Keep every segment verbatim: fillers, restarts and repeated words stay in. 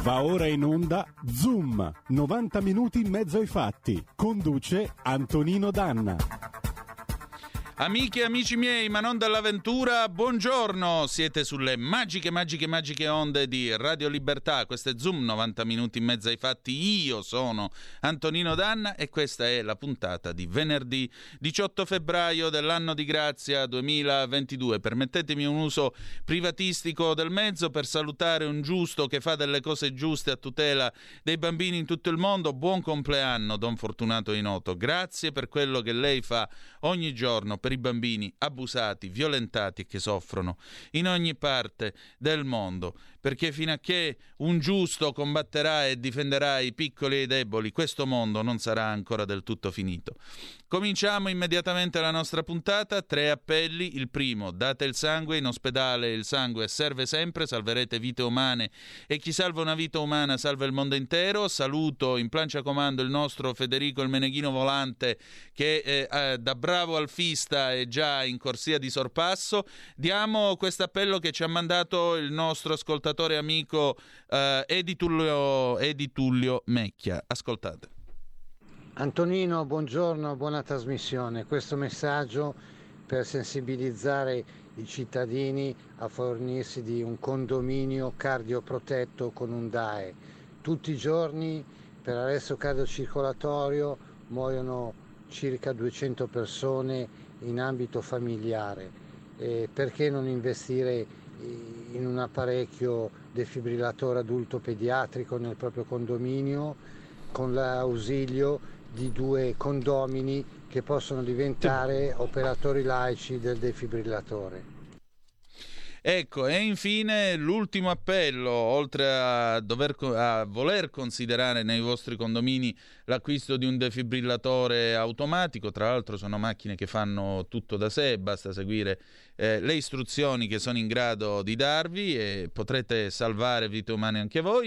Va ora in onda Zoom, novanta minuti in mezzo ai fatti. Conduce Antonino Danna. Amiche e amici miei, ma non dall'avventura, buongiorno! Siete sulle magiche, magiche, magiche onde di Radio Libertà. Questo è Zoom, novanta minuti in mezzo ai fatti. Io sono Antonino Danna e questa è la puntata di venerdì diciotto febbraio dell'anno di grazia duemilaventidue. Permettetemi un uso privatistico del mezzo per salutare un giusto che fa delle cose giuste a tutela dei bambini in tutto il mondo. Buon compleanno, Don Fortunato Inoto. Grazie per quello che lei fa ogni giorno per i bambini abusati, violentati e che soffrono in ogni parte del mondo, perché fino a che un giusto combatterà e difenderà i piccoli e i deboli, questo mondo non sarà ancora del tutto finito. Cominciamo immediatamente la nostra puntata. Tre appelli. Il primo: date il sangue, in ospedale il sangue serve sempre, salverete vite umane e chi salva una vita umana salva il mondo intero. Saluto in plancia comando il nostro Federico il Meneghino Volante che eh, eh, da bravo alfista è già in corsia di sorpasso. Diamo questo appello che ci ha mandato il nostro ascoltatore amico eh, Edi Tullio, Edi Tullio Mecchia. Ascoltate. Antonino, buongiorno, buona trasmissione. Questo messaggio per sensibilizzare i cittadini a fornirsi di un condominio cardioprotetto con un D A E. Tutti i giorni per arresto cardiocircolatorio muoiono circa duecento persone in ambito familiare. Eh, perché non investire in un apparecchio defibrillatore adulto pediatrico nel proprio condominio con l'ausilio di due condomini che possono diventare operatori laici del defibrillatore? Ecco, e infine l'ultimo appello: oltre a, dover, a voler considerare nei vostri condomini l'acquisto di un defibrillatore automatico, tra l'altro sono macchine che fanno tutto da sé, basta seguire eh, le istruzioni che sono in grado di darvi e potrete salvare vite umane anche voi.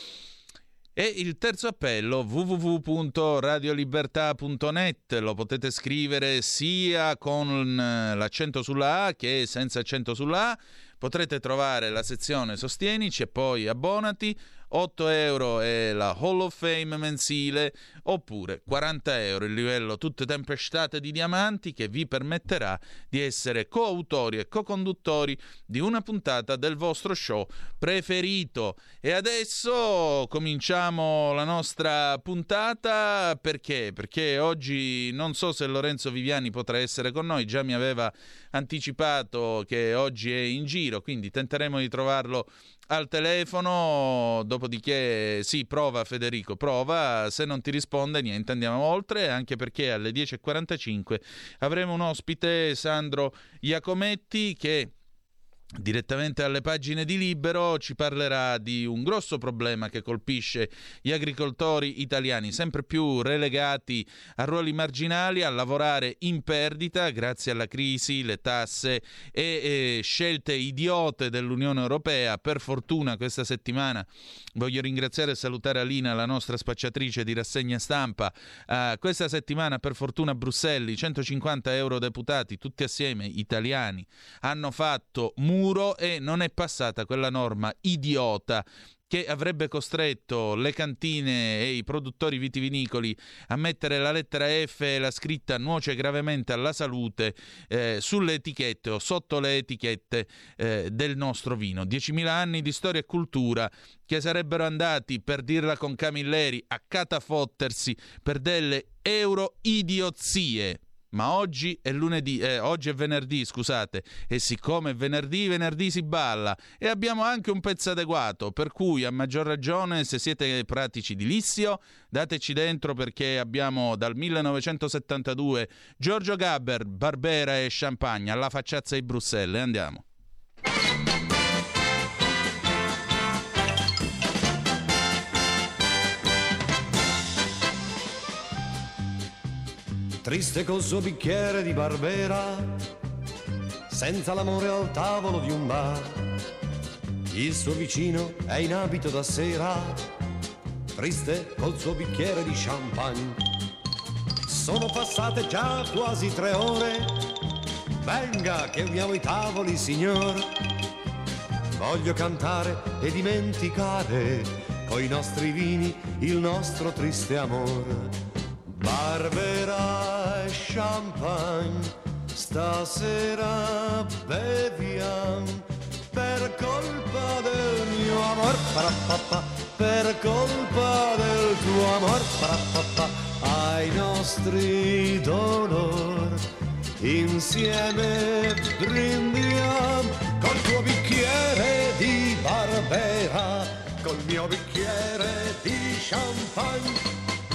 E il terzo appello, w w w punto radiolibertà punto net, lo potete scrivere sia con l'accento sulla A che senza accento sulla A. Potrete trovare la sezione Sostienici e poi Abbonati. otto euro è la Hall of Fame mensile, oppure quaranta euro il livello tutte tempestate di diamanti, che vi permetterà di essere coautori e co-conduttori di una puntata del vostro show preferito. E adesso cominciamo la nostra puntata. Perché? Perché oggi non so se Lorenzo Viviani potrà essere con noi, già mi aveva anticipato che oggi è in giro, quindi tenteremo di trovarlo al telefono. Dopodiché sì, prova Federico, prova, se non ti risponde niente, andiamo oltre, anche perché alle dieci e quarantacinque avremo un ospite, Sandro Iacometti, che direttamente alle pagine di Libero ci parlerà di un grosso problema che colpisce gli agricoltori italiani, sempre più relegati a ruoli marginali, a lavorare in perdita grazie alla crisi, le tasse e, e scelte idiote dell'Unione Europea. Per fortuna questa settimana voglio ringraziare e salutare Alina, la nostra spacciatrice di rassegna stampa. Uh, questa settimana per fortuna Bruxelles, centocinquanta eurodeputati tutti assieme italiani hanno fatto muro e non è passata quella norma idiota che avrebbe costretto le cantine e i produttori vitivinicoli a mettere la lettera F e la scritta nuoce gravemente alla salute eh, sulle etichette o sotto le etichette eh, del nostro vino. diecimila anni di storia e cultura che sarebbero andati, per dirla con Camilleri, a catafottersi per delle euro-idiozie. Ma oggi è lunedì, eh, oggi è venerdì, scusate, e siccome è venerdì, venerdì si balla e abbiamo anche un pezzo adeguato, per cui a maggior ragione, se siete pratici di Lissio, dateci dentro, perché abbiamo dal millenovecentosettantadue Giorgio Gaber, Barbera e Champagne alla facciazza di Bruxelles. Andiamo. Triste col suo bicchiere di Barbera, senza l'amore al tavolo di un bar. Il suo vicino è in abito da sera, triste col suo bicchiere di champagne. Sono passate già quasi tre ore, venga che uniamo i tavoli, signor. Voglio cantare e dimenticare coi nostri vini, il nostro triste amor. Barbera e champagne, stasera beviam, per colpa del mio amor, parapapà, per colpa del tuo amor, parapapà, ai nostri dolor, insieme brindiam, col tuo bicchiere di Barbera, col mio bicchiere di champagne.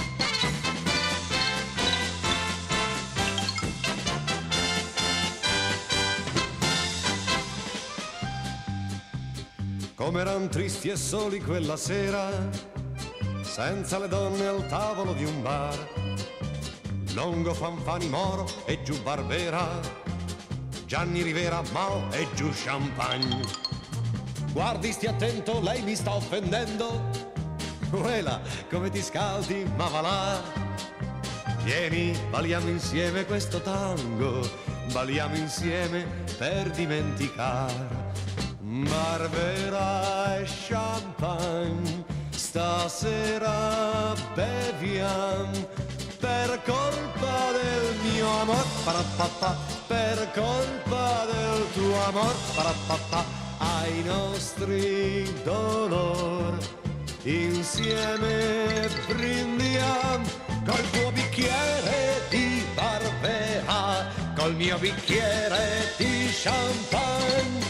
Come eran tristi e soli quella sera, senza le donne al tavolo di un bar. Longo Fanfani Moro e giù Barbera, Gianni Rivera Mao e giù Champagne. Guardi, stia attento, lei mi sta offendendo. Uela, come ti scaldi, ma va là. Vieni, balliamo insieme questo tango, balliamo insieme per dimenticare. Barbera e champagne, stasera beviam, per colpa del mio amor, parapapà, per colpa del tuo amor, parapapà, ai nostri dolor, insieme brindiam, col tuo bicchiere di Barbera, col mio bicchiere di champagne.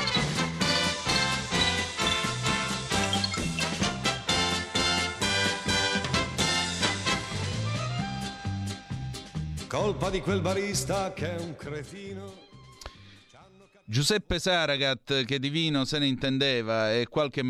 Colpa di quel barista che è un cretino. Giuseppe Saragat, che di vino se ne intendeva, e qualche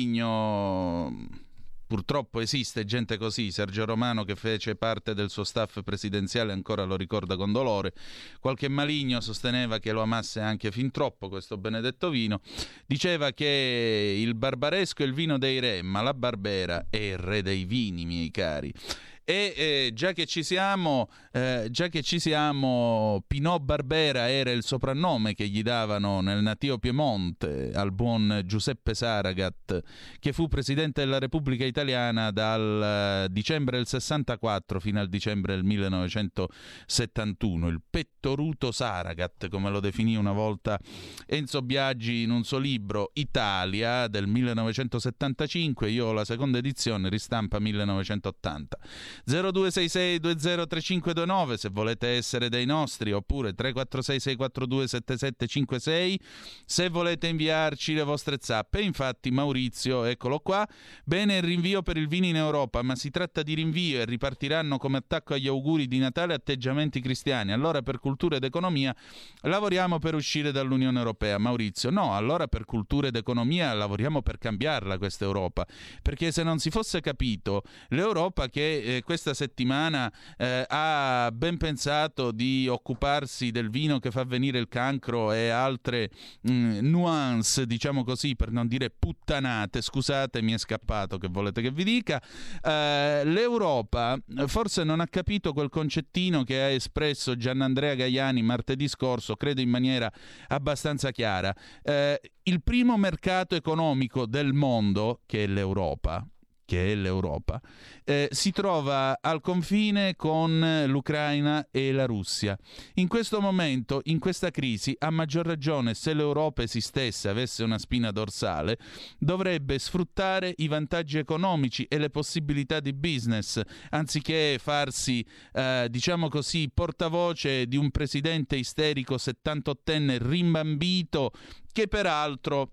maligno, purtroppo esiste gente così. Sergio Romano, che fece parte del suo staff presidenziale, ancora lo ricorda con dolore. Qualche maligno sosteneva che lo amasse anche fin troppo questo benedetto vino. Diceva che il barbaresco è il vino dei re, ma la Barbera è il re dei vini, miei cari. E eh, già che ci siamo, eh, già che ci siamo, Pinot Barbera era il soprannome che gli davano nel natio Piemonte al buon Giuseppe Saragat, che fu presidente della Repubblica Italiana dal uh, dicembre del sessantaquattro fino al dicembre del millenovecentosettantuno. Il pettoruto Saragat, come lo definì una volta Enzo Biaggi in un suo libro Italia del millenovecentosettantacinque. Io ho la seconda edizione, ristampa millenovecentottanta. zero due sei sei due zero tre cinque due nove se volete essere dei nostri, oppure tre quattro sei sei quattro due sette sette cinque sei se volete inviarci le vostre zappe. Infatti Maurizio, eccolo qua, bene il rinvio per il vino in Europa, ma si tratta di rinvio e ripartiranno come attacco agli auguri di Natale atteggiamenti cristiani. Allora per cultura ed economia lavoriamo per uscire dall'Unione Europea. Maurizio, no, allora per cultura ed economia lavoriamo per cambiarla questa Europa, perché se non si fosse capito, l'Europa che eh, questa settimana eh, ha ben pensato di occuparsi del vino che fa venire il cancro e altre mh, nuance, diciamo così, per non dire puttanate, scusate, mi è scappato, che volete che vi dica, eh, l'Europa forse non ha capito quel concettino che ha espresso Gianandrea Gaiani martedì scorso, credo in maniera abbastanza chiara. Eh, il primo mercato economico del mondo, che è l'Europa, che è l'Europa, eh, si trova al confine con l'Ucraina e la Russia. In questo momento, in questa crisi, a maggior ragione, se l'Europa esistesse, avesse una spina dorsale, dovrebbe sfruttare i vantaggi economici e le possibilità di business, anziché farsi, eh, diciamo così, portavoce di un presidente isterico settantottenne rimbambito, che peraltro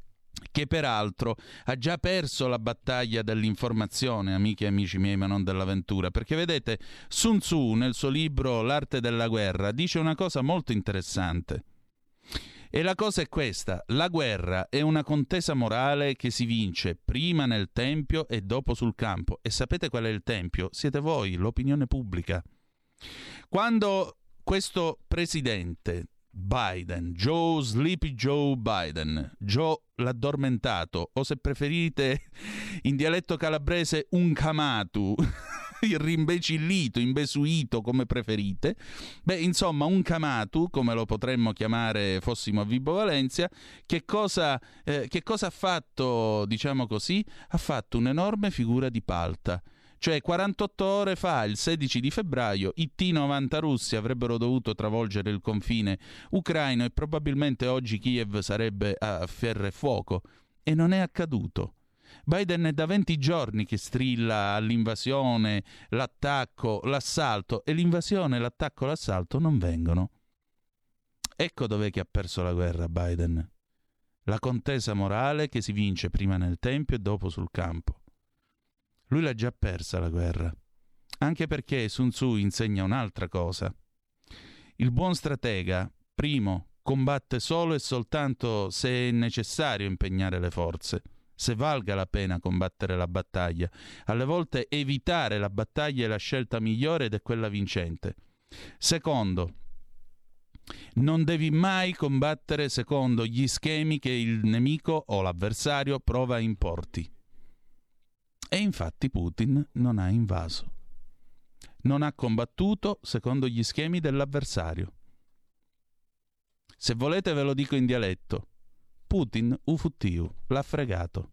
che peraltro ha già perso la battaglia dell'informazione, amiche e amici miei, ma non dell'avventura, perché vedete, Sun Tzu nel suo libro L'arte della guerra dice una cosa molto interessante, e la cosa è questa: la guerra è una contesa morale che si vince prima nel tempio e dopo sul campo. E sapete qual è il tempio? Siete voi, l'opinione pubblica. Quando questo presidente Biden, Joe Sleepy Joe Biden, Joe l'addormentato, o se preferite in dialetto calabrese un camatu, rimbecillito, imbesuito, come preferite. Beh, insomma, un Camatu, come lo potremmo chiamare fossimo a Vibo Valentia, che cosa, eh, che cosa ha fatto, diciamo così? Ha fatto un'enorme figura di Palta. Cioè quarantotto ore fa, il sedici di febbraio, i T novanta russi avrebbero dovuto travolgere il confine ucraino e probabilmente oggi Kiev sarebbe a ferro e fuoco. E non è accaduto. Biden è da venti giorni che strilla all'invasione, l'attacco, l'assalto, e l'invasione, l'attacco, l'assalto non vengono. Ecco dov'è che ha perso la guerra Biden. La contesa morale che si vince prima nel tempio e dopo sul campo. Lui l'ha già persa la guerra, anche perché Sun Tzu insegna un'altra cosa. Il buon stratega, primo, combatte solo e soltanto se è necessario impegnare le forze, se valga la pena combattere la battaglia. Alle volte evitare la battaglia è la scelta migliore ed è quella vincente. Secondo, non devi mai combattere secondo gli schemi che il nemico o l'avversario prova a importi. E infatti Putin non ha invaso. Non ha combattuto secondo gli schemi dell'avversario. Se volete ve lo dico in dialetto. Putin u futtiu, l'ha fregato.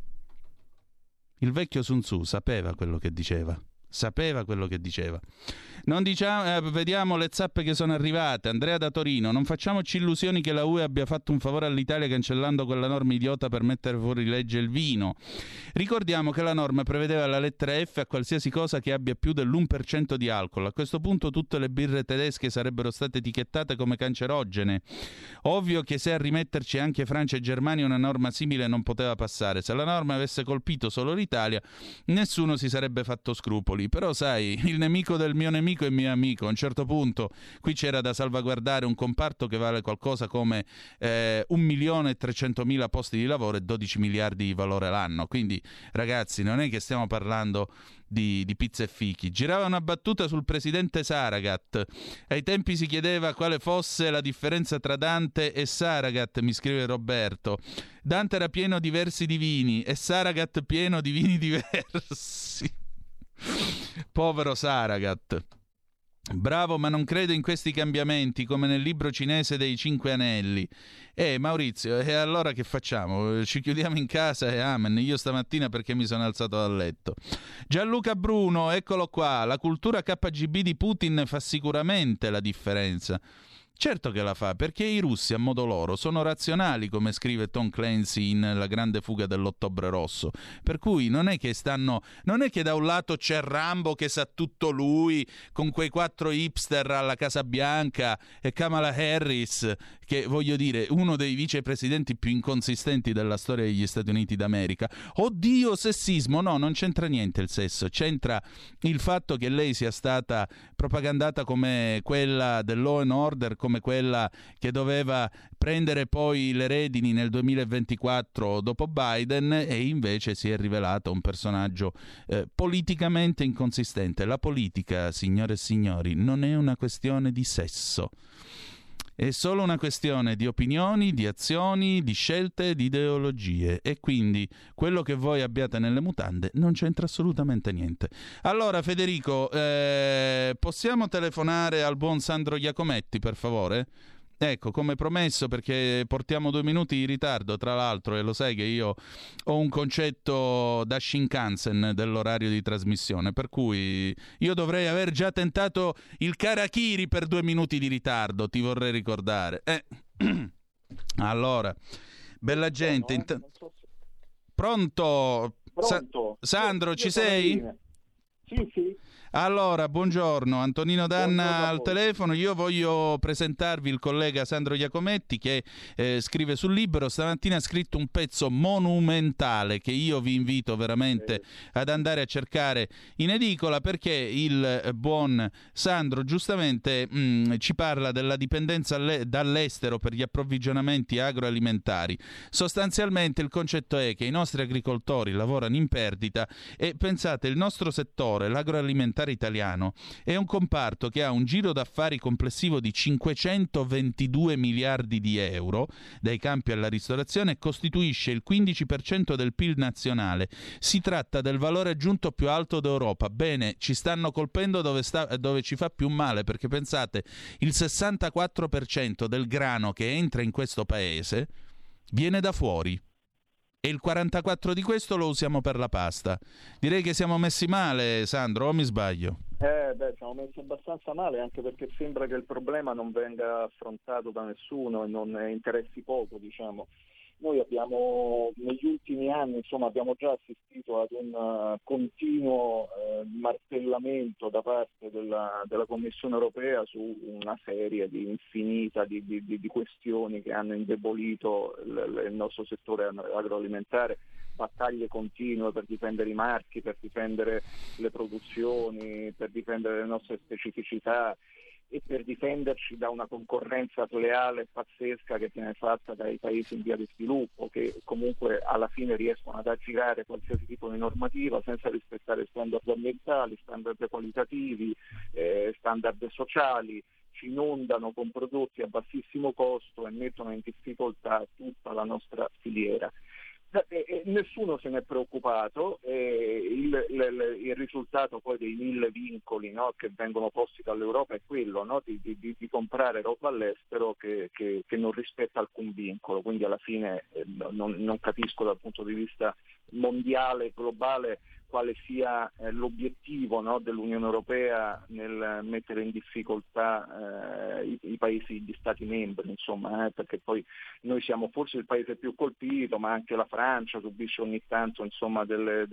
Il vecchio Sun Tzu sapeva quello che diceva. Sapeva quello che diceva. Non diciamo, eh, vediamo le zappe che sono arrivate. Andrea da Torino: non facciamoci illusioni che la U E abbia fatto un favore all'Italia cancellando quella norma idiota per mettere fuori legge il vino. Ricordiamo che la norma prevedeva la lettera F a qualsiasi cosa che abbia più dell'uno per cento di alcol. A questo punto tutte le birre tedesche sarebbero state etichettate come cancerogene. Ovvio che se a rimetterci anche Francia e Germania una norma simile non poteva passare. Se la norma avesse colpito solo l'Italia, nessuno si sarebbe fatto scrupoli. Però sai, il nemico del mio nemico è mio amico. A un certo punto qui c'era da salvaguardare un comparto che vale qualcosa come eh, un milione e trecentomila posti di lavoro e dodici miliardi di valore l'anno. Quindi ragazzi, non è che stiamo parlando di, di pizza e fichi. Girava una battuta sul presidente Saragat. Ai tempi si chiedeva quale fosse la differenza tra Dante e Saragat, mi scrive Roberto. Dante era pieno di versi divini e Saragat pieno di vini diversi. Povero Saragat. Bravo, ma non credo in questi cambiamenti come nel libro cinese dei Cinque Anelli. Eh Maurizio, e allora che facciamo? Ci chiudiamo in casa e amen. Io stamattina perché mi sono alzato dal letto. Gianluca Bruno, eccolo qua. La cultura K G B di Putin fa sicuramente la differenza. Certo che la fa, perché i russi a modo loro sono razionali, come scrive Tom Clancy in La grande fuga dell'Ottobre Rosso. Per cui non è che stanno, non è che da un lato c'è Rambo che sa tutto lui, con quei quattro hipster alla Casa Bianca, e Kamala Harris, che voglio dire, uno dei vicepresidenti più inconsistenti della storia degli Stati Uniti d'America. Oddio, sessismo! No, non c'entra niente il sesso, c'entra il fatto che lei sia stata propagandata come quella del Law and Order, come quella che doveva prendere poi le redini nel duemilaventiquattro dopo Biden, e invece si è rivelata un personaggio eh, politicamente inconsistente. La politica, signore e signori, non è una questione di sesso. È solo una questione di opinioni, di azioni, di scelte, di ideologie, e quindi quello che voi abbiate nelle mutande non c'entra assolutamente niente. Allora Federico, eh, possiamo telefonare al buon Sandro Iacometti, per favore? Ecco, come promesso, perché portiamo due minuti di ritardo, tra l'altro, e lo sai che io ho un concetto da Shinkansen dell'orario di trasmissione, per cui io dovrei aver già tentato il Karakiri per due minuti di ritardo, ti vorrei ricordare. Eh. Allora, bella gente... Int- Pronto? Pronto? Sa- Sandro, io ci sei? Sì, sì. Allora, buongiorno, Antonino Danna buongiorno al telefono. Io voglio presentarvi il collega Sandro Iacometti, che eh, scrive sul Libero. Stamattina ha scritto un pezzo monumentale che io vi invito veramente ad andare a cercare in edicola, perché il buon Sandro giustamente mh, ci parla della dipendenza alle- dall'estero per gli approvvigionamenti agroalimentari. Sostanzialmente il concetto è che i nostri agricoltori lavorano in perdita e pensate, il nostro settore, l'agroalimentare alimentare italiano è un comparto che ha un giro d'affari complessivo di cinquecentoventidue miliardi di euro dai campi alla ristorazione e costituisce il quindici per cento del P I L nazionale. Si tratta del valore aggiunto più alto d'Europa. Bene, ci stanno colpendo dove, sta, dove ci fa più male, perché pensate, il sessantaquattro per cento del grano che entra in questo paese viene da fuori e il quarantaquattro per cento di questo lo usiamo per la pasta. Direi che siamo messi male, Sandro, o mi sbaglio? Eh, beh, siamo messi abbastanza male, anche perché sembra che il problema non venga affrontato da nessuno e non interessi poco, diciamo. Noi abbiamo negli ultimi anni, insomma, abbiamo già assistito ad un uh, continuo uh, martellamento da parte della, della Commissione europea su una serie di infinita di, di, di questioni che hanno indebolito il, il nostro settore agroalimentare, battaglie continue per difendere i marchi, per difendere le produzioni, per difendere le nostre specificità e per difenderci da una concorrenza sleale pazzesca che viene fatta dai paesi in via di sviluppo, che comunque alla fine riescono ad aggirare qualsiasi tipo di normativa senza rispettare standard ambientali, standard qualitativi, eh, standard sociali, ci inondano con prodotti a bassissimo costo e mettono in difficoltà tutta la nostra filiera. E, e nessuno se ne è preoccupato, e il, il, il risultato poi dei mille vincoli, no, che vengono posti dall'Europa è quello, no, di, di, di comprare roba all'estero che, che, che non rispetta alcun vincolo, quindi alla fine eh, non, non capisco dal punto di vista mondiale, globale, quale sia eh, l'obiettivo, no, dell'Unione Europea nel mettere in difficoltà eh, i, i paesi, gli Stati membri, insomma, eh, perché poi noi siamo forse il paese più colpito, ma anche la Francia subisce ogni tanto, insomma, delle,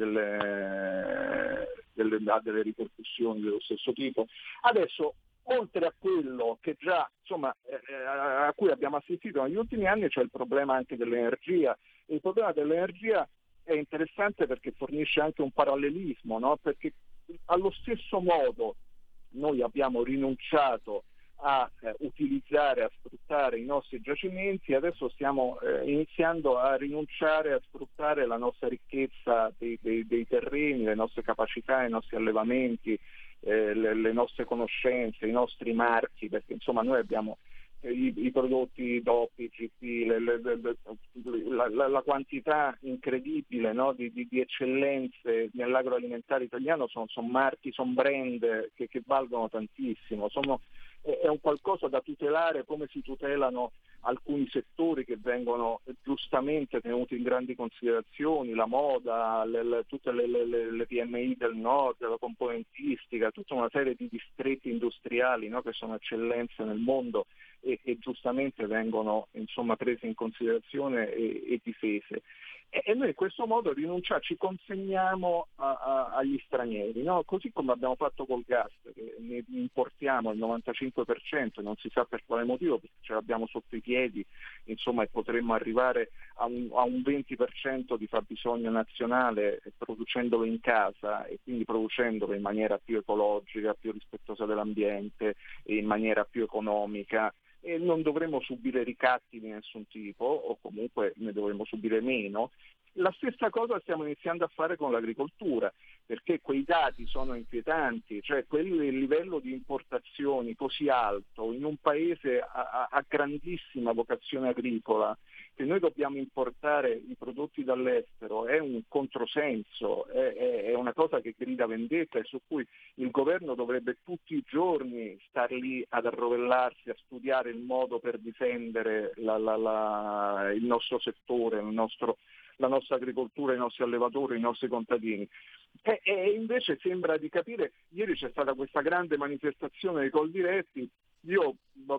delle, delle, delle ripercussioni dello stesso tipo. Adesso, oltre a quello che già, insomma, eh, a cui abbiamo assistito negli ultimi anni, c'è il problema anche dell'energia. Il problema dell'energia è interessante perché fornisce anche un parallelismo, no? Perché allo stesso modo noi abbiamo rinunciato a eh, utilizzare, a sfruttare i nostri giacimenti, adesso stiamo eh, iniziando a rinunciare a sfruttare la nostra ricchezza dei, dei, dei terreni, le nostre capacità, i nostri allevamenti, eh, le, le nostre conoscenze, i nostri marchi, perché insomma noi abbiamo I, i prodotti D O P, I G P, le, le, le, la, la, la quantità incredibile, no, di, di, di eccellenze nell'agroalimentare italiano, sono, sono marchi, sono brand che, che valgono tantissimo, sono, è, è un qualcosa da tutelare come si tutelano alcuni settori che vengono giustamente tenuti in grandi considerazioni, la moda, le, le, tutte le, le, le P M I del nord, la componentistica, tutta una serie di distretti industriali, no, che sono eccellenze nel mondo e, e giustamente vengono, insomma, prese in considerazione e, e difese. E, e noi in questo modo rinunciamo, ci consegniamo a, a, agli stranieri, no? Così come abbiamo fatto col gas, che ne importiamo il novantacinque per cento, non si sa per quale motivo, perché ce l'abbiamo sotto i piedi, insomma, e potremmo arrivare a un, a un venti per cento di fabbisogno nazionale producendolo in casa e quindi producendolo in maniera più ecologica, più rispettosa dell'ambiente e in maniera più economica. E non dovremo subire ricatti di nessun tipo, o comunque ne dovremo subire meno. La stessa cosa stiamo iniziando a fare con l'agricoltura, perché quei dati sono inquietanti, cioè quel livello di importazioni così alto in un paese a, a grandissima vocazione agricola, che noi dobbiamo importare i prodotti dall'estero, è un controsenso, è, è, è una cosa che grida vendetta e su cui il governo dovrebbe tutti i giorni star lì ad arrovellarsi, a studiare il modo per difendere la, la, la, il nostro settore, il nostro, la nostra agricoltura, i nostri allevatori, i nostri contadini. E, e invece sembra di capire, ieri c'è stata questa grande manifestazione dei Coldiretti. Io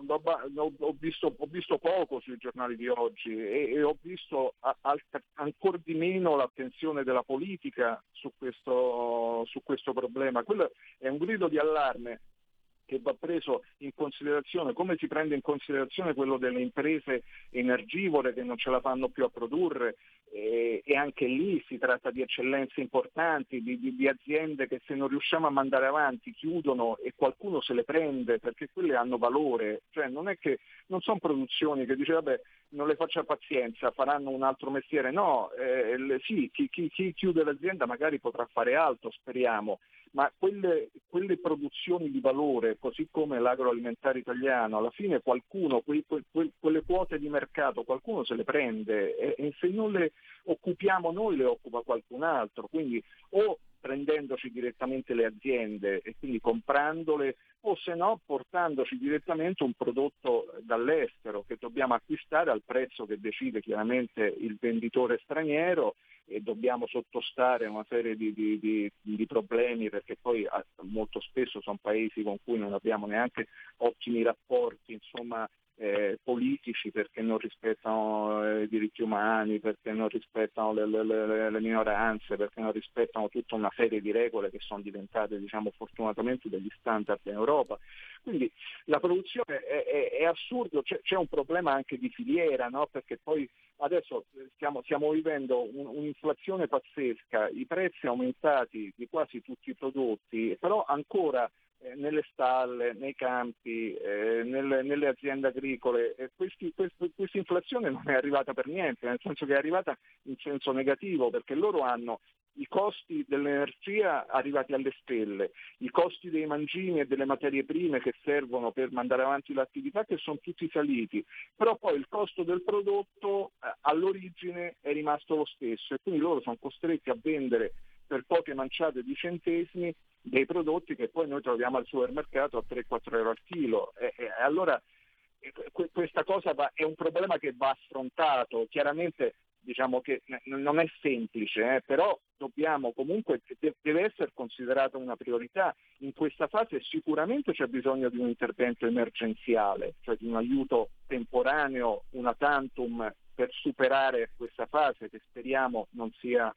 ho visto, ho visto poco sui giornali di oggi e, e ho visto a, a, ancor di meno l'attenzione della politica su questo, su questo problema. Quello è un grido di allarme che va preso in considerazione, come si prende in considerazione quello delle imprese energivore che non ce la fanno più a produrre, e, e anche lì si tratta di eccellenze importanti, di, di, di aziende che se non riusciamo a mandare avanti chiudono e qualcuno se le prende, perché quelle hanno valore, cioè non è che non sono produzioni che dice vabbè non le faccia pazienza, faranno un altro mestiere, no, eh, sì, chi, chi, chi chiude l'azienda magari potrà fare altro, speriamo, ma quelle, quelle produzioni di valore, così come l'agroalimentare italiano, alla fine qualcuno, que, que, quelle quote di mercato, qualcuno se le prende e, e se non le occupiamo noi le occupa qualcun altro, quindi o prendendoci direttamente le aziende e quindi comprandole, o se no portandoci direttamente un prodotto dall'estero che dobbiamo acquistare al prezzo che decide chiaramente il venditore straniero, e dobbiamo sottostare a una serie di, di, di, di problemi, perché poi molto spesso sono paesi con cui non abbiamo neanche ottimi rapporti, insomma, Eh, politici, perché non rispettano eh, i diritti umani, perché non rispettano le, le, le, le minoranze, perché non rispettano tutta una serie di regole che sono diventate, diciamo, fortunatamente degli standard in Europa. Quindi la produzione è, è, è assurdo, c'è, c'è un problema anche di filiera, no? Perché poi adesso stiamo, stiamo vivendo un, un'inflazione pazzesca, i prezzi aumentati di quasi tutti i prodotti, però ancora nelle stalle, nei campi, eh, nelle, nelle aziende agricole, eh, questi, questi, questa inflazione non è arrivata per niente, nel senso che è arrivata in senso negativo, perché loro hanno i costi dell'energia arrivati alle stelle, i costi dei mangimi e delle materie prime che servono per mandare avanti l'attività che sono tutti saliti, però poi il costo del prodotto eh, all'origine è rimasto lo stesso e quindi loro sono costretti a vendere per poche manciate di centesimi dei prodotti che poi noi troviamo al supermercato a tre quattro euro al chilo. E, e allora e, que, questa cosa va, è un problema che va affrontato. Chiaramente diciamo che n- non è semplice, eh, però dobbiamo comunque, de- deve essere considerata una priorità. In questa fase sicuramente c'è bisogno di un intervento emergenziale, cioè di un aiuto temporaneo, una tantum, per superare questa fase che speriamo non sia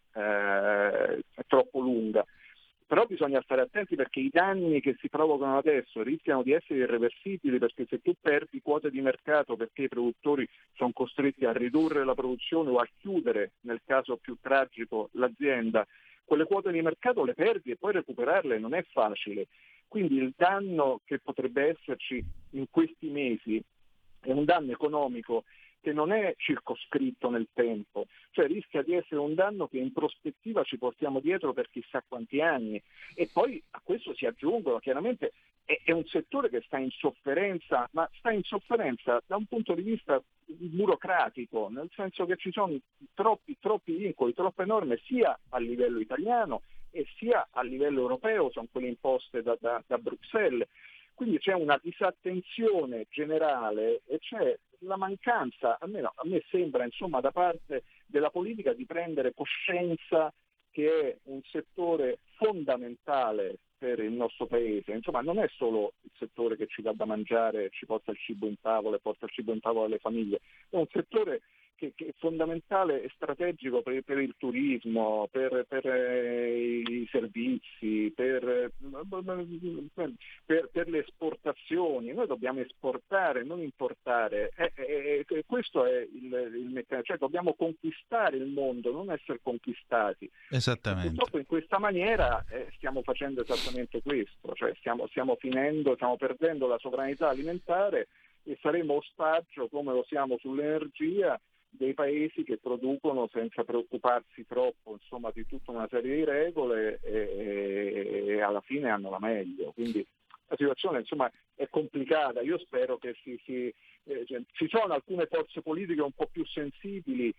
eh, troppo lunga. Però bisogna stare attenti, perché i danni che si provocano adesso rischiano di essere irreversibili, perché se tu perdi quote di mercato perché i produttori sono costretti a ridurre la produzione o a chiudere, nel caso più tragico, l'azienda, quelle quote di mercato le perdi e poi recuperarle non è facile. Quindi il danno che potrebbe esserci in questi mesi è un danno economico che non è circoscritto nel tempo, cioè rischia di essere un danno che in prospettiva ci portiamo dietro per chissà quanti anni. E poi a questo si aggiungono, chiaramente è, è un settore che sta in sofferenza, ma sta in sofferenza da un punto di vista burocratico, nel senso che ci sono troppi, troppi vincoli, troppe norme sia a livello italiano e sia a livello europeo, sono quelle imposte da, da, da Bruxelles. Quindi c'è una disattenzione generale e c'è la mancanza, almeno a me sembra, insomma, da parte della politica di prendere coscienza che è un settore fondamentale per il nostro paese. Insomma, non è solo il settore che ci dà da mangiare, ci porta il cibo in tavola e porta il cibo in tavola alle famiglie, è un settore che, che è fondamentale e strategico per, per il turismo, per, per eh, i servizi, per, per, per le esportazioni. Noi dobbiamo esportare, non importare. E, e, e questo è il, il meccanismo, cioè dobbiamo conquistare il mondo, non essere conquistati. Esattamente. E purtroppo in questa maniera eh, stiamo facendo esattamente questo, cioè stiamo, stiamo finendo, stiamo perdendo la sovranità alimentare e saremo ostaggio, come lo siamo sull'energia, dei paesi che producono senza preoccuparsi troppo, insomma, di tutta una serie di regole e, e alla fine hanno la meglio. Quindi la situazione, insomma, è complicata. Io spero che si, si eh, cioè, ci sono alcune forze politiche un po' più sensibili,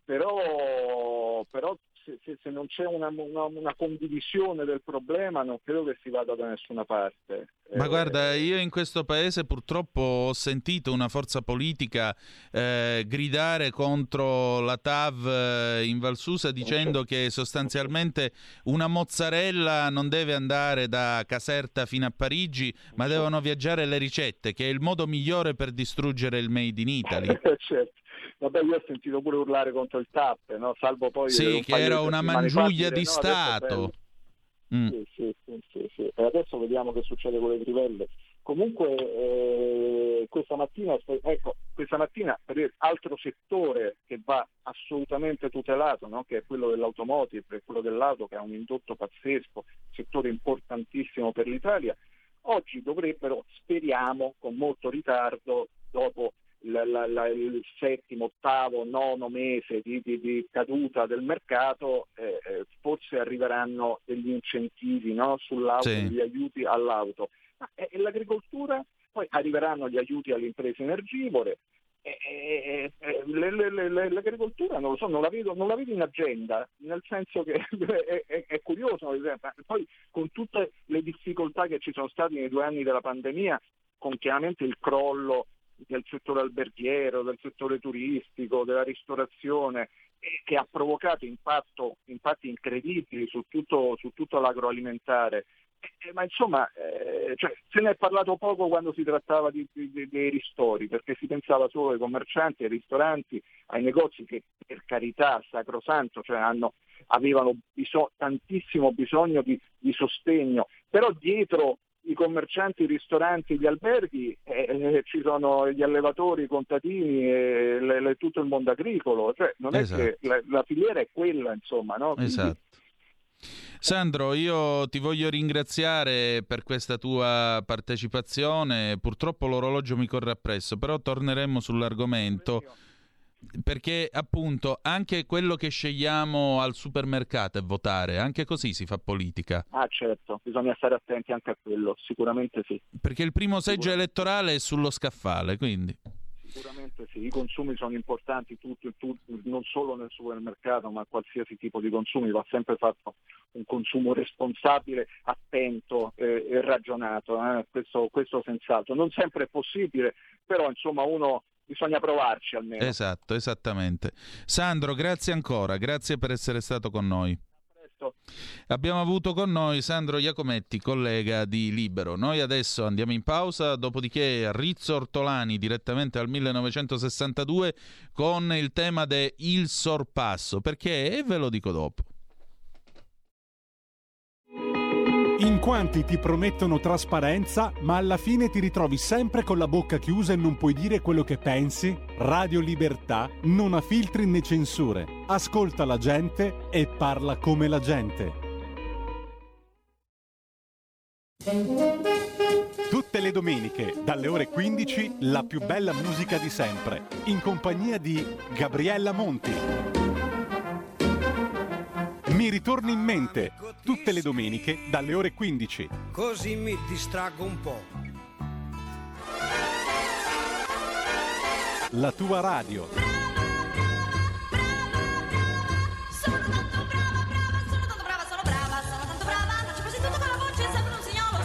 però, però se, se, se non c'è una, una, una condivisione del problema non credo che si vada da nessuna parte. Ma eh, guarda, io in questo paese purtroppo ho sentito una forza politica eh, gridare contro la T A V eh, in Valsusa dicendo che sostanzialmente una mozzarella non deve andare da Caserta fino a Parigi, ma devono viaggiare le ricette, che è il modo migliore per distruggere il Made in Italy. Certo. Vabbè, io ho sentito pure urlare contro il T A P, no? Salvo poi sì, un che era una mangiuglia di no, Stato. Mm. Sì, sì, sì, sì, sì. E adesso vediamo che succede con le trivelle. Comunque eh, questa mattina, ecco, questa mattina per altro settore che va assolutamente tutelato, no? Che è quello dell'automotive, quello dell'auto, che ha un indotto pazzesco, settore importantissimo per l'Italia. Oggi dovrebbero, speriamo, con molto ritardo, dopo la, la, la, il settimo, ottavo, nono mese di, di, di caduta del mercato, eh, forse arriveranno degli incentivi, no? Sull'auto, sì. gli aiuti all'auto. Ma, e, e l'agricoltura? Poi arriveranno gli aiuti alle imprese energivore. E, e, e, le, le, le, l'agricoltura non lo so, non la vedo, non la vedo in agenda, nel senso che è, è, è curioso, poi con tutte le difficoltà che ci sono state nei due anni della pandemia, con chiaramente il crollo del settore alberghiero, del settore turistico, della ristorazione, eh, che ha provocato impatto, impatti incredibili su tutto, su tutto l'agroalimentare. Eh, ma insomma, eh, cioè, se ne è parlato poco quando si trattava di, di, dei ristori, perché si pensava solo ai commercianti, ai ristoranti, ai negozi che, per carità, sacrosanto, cioè hanno, avevano biso- tantissimo bisogno di, di sostegno, però dietro i commercianti, i ristoranti, gli alberghi, eh, eh, ci sono gli allevatori, i contadini, e le, le, tutto il mondo agricolo, cioè non esatto. è che la, la filiera è quella, insomma, no? Quindi... Esatto. Sandro, io ti voglio ringraziare per questa tua partecipazione, purtroppo l'orologio mi corre appresso, però torneremo sull'argomento. Perché appunto anche quello che scegliamo al supermercato è votare, anche così si fa politica. Ah certo, bisogna stare attenti anche a quello, sicuramente sì. Perché il primo seggio elettorale è sullo scaffale, quindi... Sicuramente sì, i consumi sono importanti, tutto, tutto, non solo nel supermercato, ma qualsiasi tipo di consumi, va sempre fatto un consumo responsabile, attento eh, e ragionato, eh? questo, questo senz'altro. Non sempre è possibile, però insomma uno... bisogna provarci almeno. Esatto, esattamente. Sandro, grazie ancora, grazie per essere stato con noi. A presto. Abbiamo avuto con noi Sandro Iacometti, collega di Libero. Noi adesso andiamo in pausa, dopodiché Rizzo Ortolani direttamente al millenovecentosessantadue con il tema de Il Sorpasso, perché, e ve lo dico dopo. In quanti ti promettono trasparenza, ma alla fine ti ritrovi sempre con la bocca chiusa e non puoi dire quello che pensi? Radio Libertà non ha filtri né censure. Ascolta la gente e parla come la gente. Tutte le domeniche, dalle ore quindici, la più bella musica di sempre, in compagnia di Gabriella Monti. Mi ritorni in mente, tutte le domeniche dalle ore quindici. Così mi distraggo un po'. La tua radio. Sono tanto brava, brava, sono tanto brava, sono brava, sono tanto brava, faccio così tutto con la voce, sembra un signolo,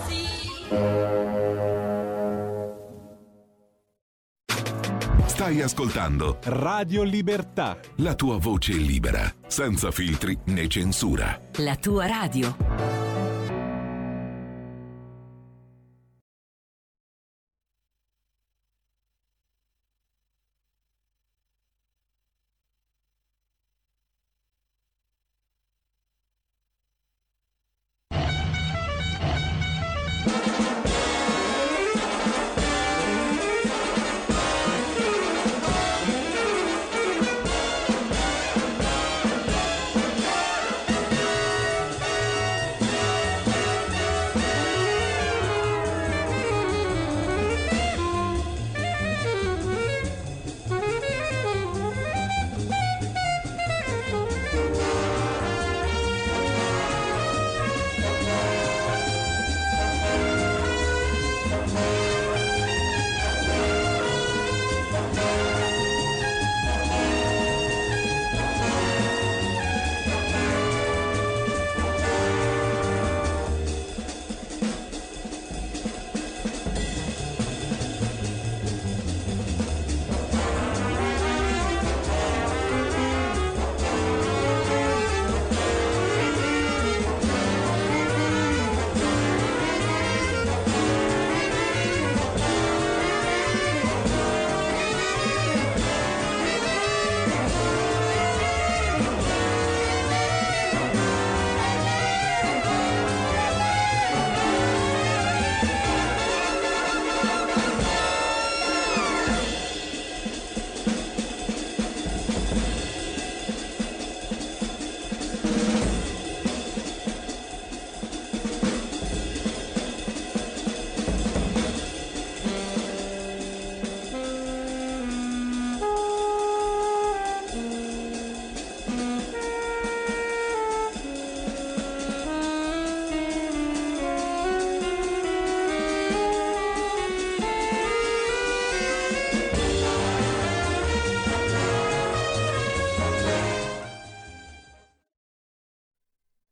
sì. Stai ascoltando Radio Libertà. La tua voce libera, senza filtri né censura. La tua radio.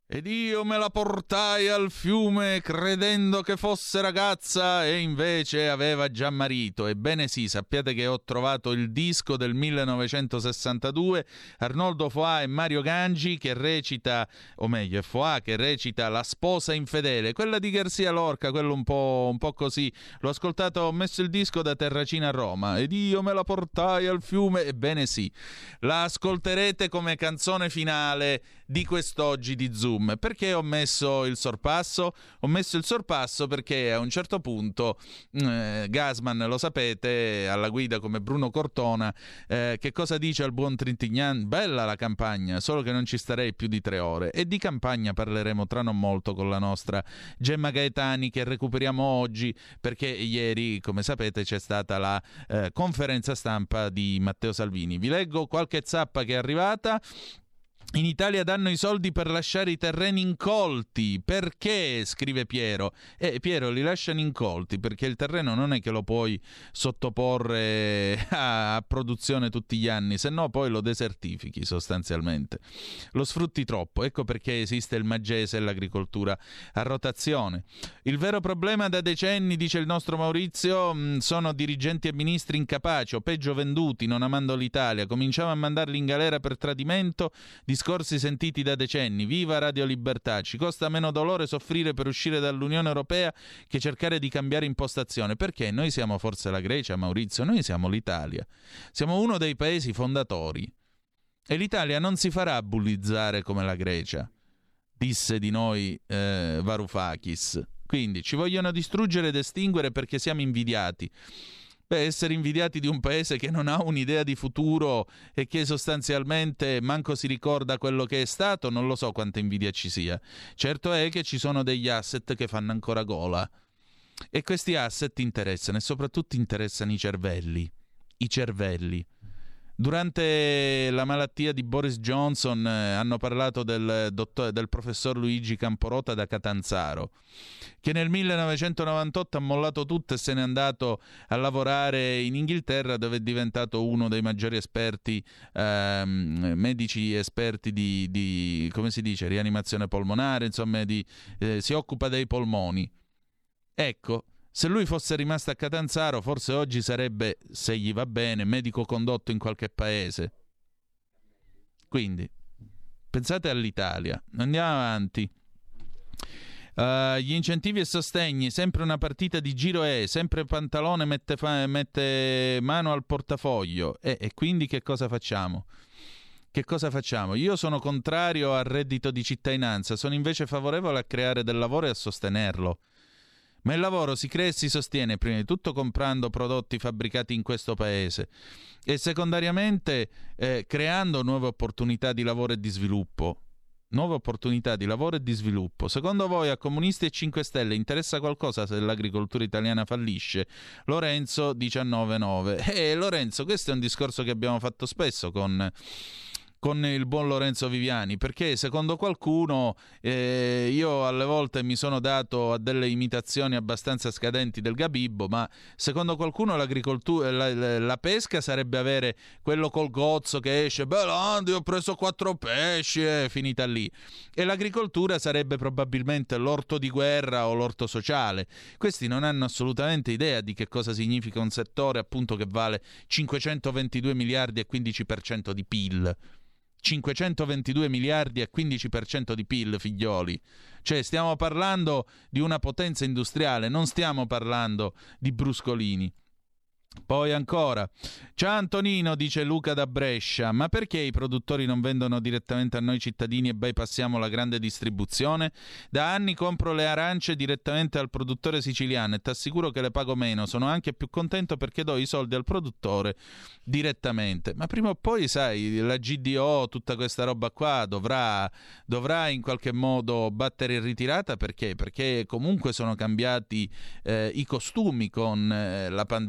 Ed io me la portai al fiume credendo che fosse ragazza e invece aveva già marito. Ebbene sì, sappiate che ho trovato il disco del millenovecentosessantadue, Arnoldo Foà e Mario Gangi che recita, o meglio è Foà che recita La sposa infedele, quella di Garcia Lorca, quello un po', un po' così. L'ho ascoltato, ho messo il disco da Terracina a Roma. Ed io me la portai al fiume. Ebbene sì, la ascolterete come canzone finale di quest'oggi di Zoom. Perché ho messo il sorpasso? Ho messo il sorpasso perché a un certo punto eh, Gasman, lo sapete, alla guida come Bruno Cortona, eh, che cosa dice al buon Trintignant? Bella la campagna, solo che non ci starei più di tre ore. E di campagna parleremo tra non molto con la nostra Gemma Gaetani, che recuperiamo oggi perché ieri, come sapete, c'è stata la eh, conferenza stampa di Matteo Salvini. Vi leggo qualche zappa che è arrivata. In Italia danno i soldi per lasciare i terreni incolti. Perché? Scrive Piero. Eh, Piero, li lasciano incolti perché il terreno non è che lo puoi sottoporre a, a produzione tutti gli anni, se no poi lo desertifichi sostanzialmente. Lo sfrutti troppo. Ecco perché esiste il Magese e l'agricoltura a rotazione. Il vero problema da decenni, dice il nostro Maurizio, mh, sono dirigenti e ministri incapaci o peggio venduti, non amando l'Italia. Cominciamo a mandarli in galera per tradimento. Discorsi sentiti da decenni. Viva Radio Libertà! Ci costa meno dolore soffrire per uscire dall'Unione Europea che cercare di cambiare impostazione. Perché? Noi siamo forse la Grecia, Maurizio? Noi siamo l'Italia. Siamo uno dei paesi fondatori. E l'Italia non si farà bullizzare come la Grecia, disse di noi eh, Varoufakis. Quindi ci vogliono distruggere ed estinguere perché siamo invidiati. Beh, essere invidiati di un paese che non ha un'idea di futuro e che sostanzialmente manco si ricorda quello che è stato, non lo so quanta invidia ci sia. Certo è che ci sono degli asset che fanno ancora gola. E questi asset interessano e soprattutto interessano i cervelli. I cervelli. Durante la malattia di Boris Johnson eh, hanno parlato del, dottor, del professor Luigi Camporota da Catanzaro, che nel millenovecentonovantotto ha mollato tutto e se n'è andato a lavorare in Inghilterra, dove è diventato uno dei maggiori esperti, ehm, medici esperti di, di, come si dice, rianimazione polmonare, insomma, di, eh, si occupa dei polmoni. Ecco, se lui fosse rimasto a Catanzaro, forse oggi sarebbe, se gli va bene, medico condotto in qualche paese. Quindi, pensate all'Italia. Andiamo avanti. Uh, gli incentivi e sostegni, sempre una partita di giro è, sempre Pantalone mette, fa- mette mano al portafoglio. E, e quindi che cosa facciamo? Che cosa facciamo? Io sono contrario al reddito di cittadinanza, sono invece favorevole a creare del lavoro e a sostenerlo. Ma il lavoro si crea e si sostiene prima di tutto comprando prodotti fabbricati in questo paese e secondariamente eh, creando nuove opportunità di lavoro e di sviluppo. Nuove opportunità di lavoro e di sviluppo. Secondo voi a Comunisti e cinque Stelle interessa qualcosa se l'agricoltura italiana fallisce? Lorenzo diciannove nove. Eh Lorenzo, questo è un discorso che abbiamo fatto spesso con... con il buon Lorenzo Viviani, perché secondo qualcuno eh, io alle volte mi sono dato a delle imitazioni abbastanza scadenti del Gabibbo, ma secondo qualcuno l'agricoltura, la, la pesca sarebbe avere quello col gozzo che esce, Belandi ho preso quattro pesci, è finita lì, e l'agricoltura sarebbe probabilmente l'orto di guerra o l'orto sociale. Questi non hanno assolutamente idea di che cosa significa un settore appunto che vale cinquecentoventidue miliardi e quindici per cento di P I L. cinquecentoventidue miliardi e quindici per cento di P I L, figlioli. Cioè stiamo parlando di una potenza industriale, non stiamo parlando di bruscolini. Poi ancora, ciao Antonino, dice Luca da Brescia, ma perché i produttori non vendono direttamente a noi cittadini e bypassiamo la grande distribuzione? Da anni compro le arance direttamente al produttore siciliano e ti assicuro che le pago meno, sono anche più contento perché do i soldi al produttore direttamente. Ma prima o poi, sai, la G D O, tutta questa roba qua dovrà, dovrà in qualche modo battere in ritirata, perché? Perché comunque sono cambiati eh, i costumi con eh, la pandemia, visto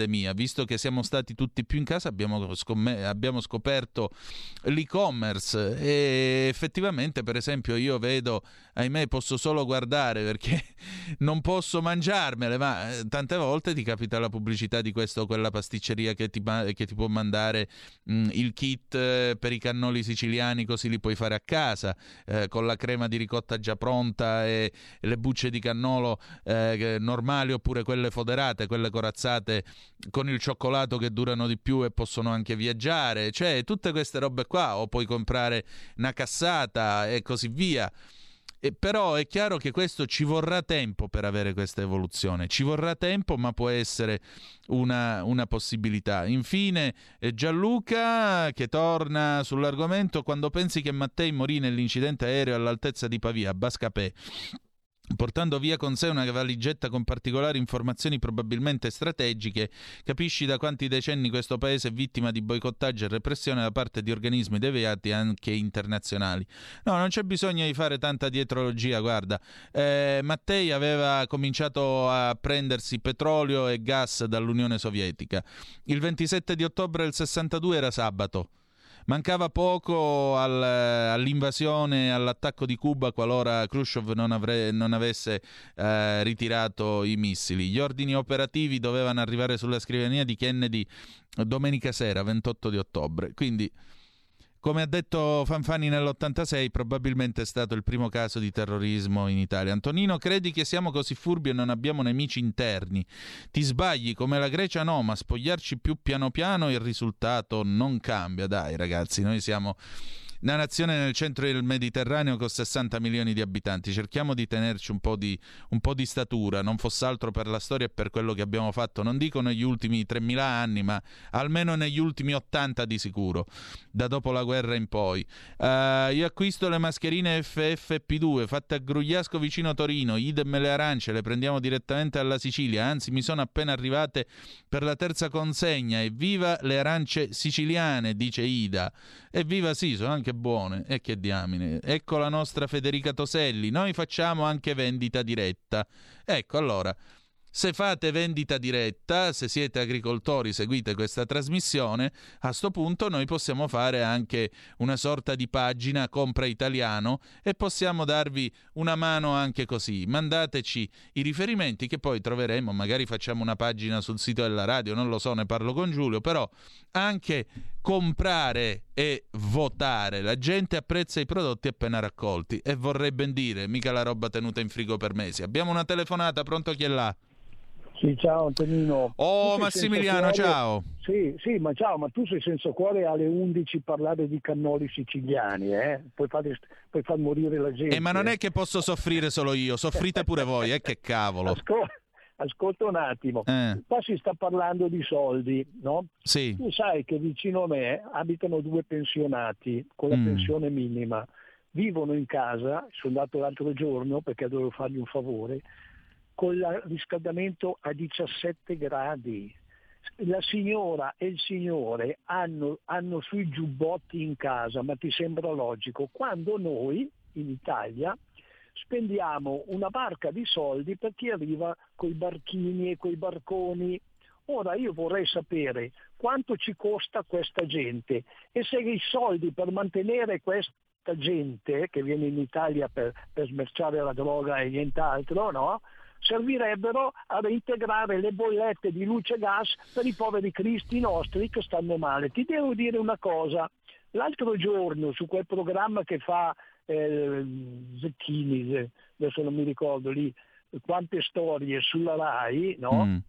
visto che siamo stati tutti più in casa, abbiamo, scomm- abbiamo scoperto l'e-commerce e effettivamente, per esempio, io vedo, ahimè posso solo guardare perché non posso mangiarmele, ma eh, tante volte ti capita la pubblicità di questa o quella pasticceria che ti, che ti può mandare mh, il kit eh, per i cannoli siciliani, così li puoi fare a casa eh, con la crema di ricotta già pronta e, e le bucce di cannolo eh, normali oppure quelle foderate, quelle corazzate con il cioccolato che durano di più e possono anche viaggiare, cioè tutte queste robe qua, o puoi comprare una cassata e così via. E però è chiaro che questo ci vorrà tempo per avere questa evoluzione, ci vorrà tempo, ma può essere una, una possibilità. Infine eh, Gianluca che torna sull'argomento: quando pensi che Mattei morì nell'incidente aereo all'altezza di Pavia, a Bascapè, portando via con sé una valigetta con particolari informazioni probabilmente strategiche, capisci da quanti decenni questo paese è vittima di boicottaggio e repressione da parte di organismi deviati anche internazionali. No, non c'è bisogno di fare tanta dietrologia, guarda. Eh, Mattei aveva cominciato a prendersi petrolio e gas dall'Unione Sovietica. Il ventisette di ottobre del sessantadue era sabato. Mancava poco al, all'invasione, all'attacco di Cuba qualora Khrushchev non, avre, non avesse eh, ritirato i missili. Gli ordini operativi dovevano arrivare sulla scrivania di Kennedy domenica sera, ventotto di ottobre. Quindi, come ha detto Fanfani nell'ottantasei, probabilmente è stato il primo caso di terrorismo in Italia. Antonino, credi che siamo così furbi e non abbiamo nemici interni? Ti sbagli, come la Grecia no, ma spogliarci più piano piano il risultato non cambia. Dai ragazzi, noi siamo una nazione nel centro del Mediterraneo con sessanta milioni di abitanti, cerchiamo di tenerci un po' di, un po' di statura, non fosse altro per la storia e per quello che abbiamo fatto, non dico negli ultimi tremila anni, ma almeno negli ultimi ottanta di sicuro, da dopo la guerra in poi. Uh, io acquisto le mascherine F F P due fatte a Grugliasco vicino Torino, idem le arance, le prendiamo direttamente alla Sicilia, anzi mi sono appena arrivate per la terza consegna. Evviva le arance siciliane, dice Ida. Evviva, sì, sono anche buone, e che diamine. Ecco la nostra Federica Toselli, noi facciamo anche vendita diretta. Ecco, allora, se fate vendita diretta, se siete agricoltori, seguite questa trasmissione, a sto punto noi possiamo fare anche una sorta di pagina compra italiano e possiamo darvi una mano anche così. Mandateci i riferimenti che poi troveremo, magari facciamo una pagina sul sito della radio, non lo so, ne parlo con Giulio, però anche comprare e votare. La gente apprezza i prodotti appena raccolti e vorrei ben dire, mica la roba tenuta in frigo per mesi. Abbiamo una telefonata, pronto, chi è là? Sì, ciao Antonino. Oh Massimiliano, ciao. Sì, sì, ma ciao, ma tu sei senza cuore alle undici parlare di cannoli siciliani, eh? Puoi fare, puoi far morire la gente. Eh, ma non è che posso soffrire solo io, soffrite pure voi, eh, che cavolo. Ascol- ascolta un attimo, eh. qua si sta parlando di soldi, no? Sì. Tu sai che vicino a me abitano due pensionati con la mm. pensione minima, vivono in casa, sono andato l'altro giorno perché dovevo fargli un favore, con il riscaldamento a diciassette gradi. La signora e il signore hanno, hanno sui giubbotti in casa, ma ti sembra logico? Quando noi in Italia spendiamo una barca di soldi per chi arriva coi barchini e coi barconi. Ora io vorrei sapere quanto ci costa questa gente e se i soldi per mantenere questa gente che viene in Italia per, per smerciare la droga e nient'altro, no? Servirebbero a reintegrare le bollette di luce e gas per i poveri cristi nostri che stanno male. Ti devo dire una cosa, l'altro giorno su quel programma che fa eh, Zecchini, adesso non mi ricordo lì, quante storie sulla Rai, no? Mm.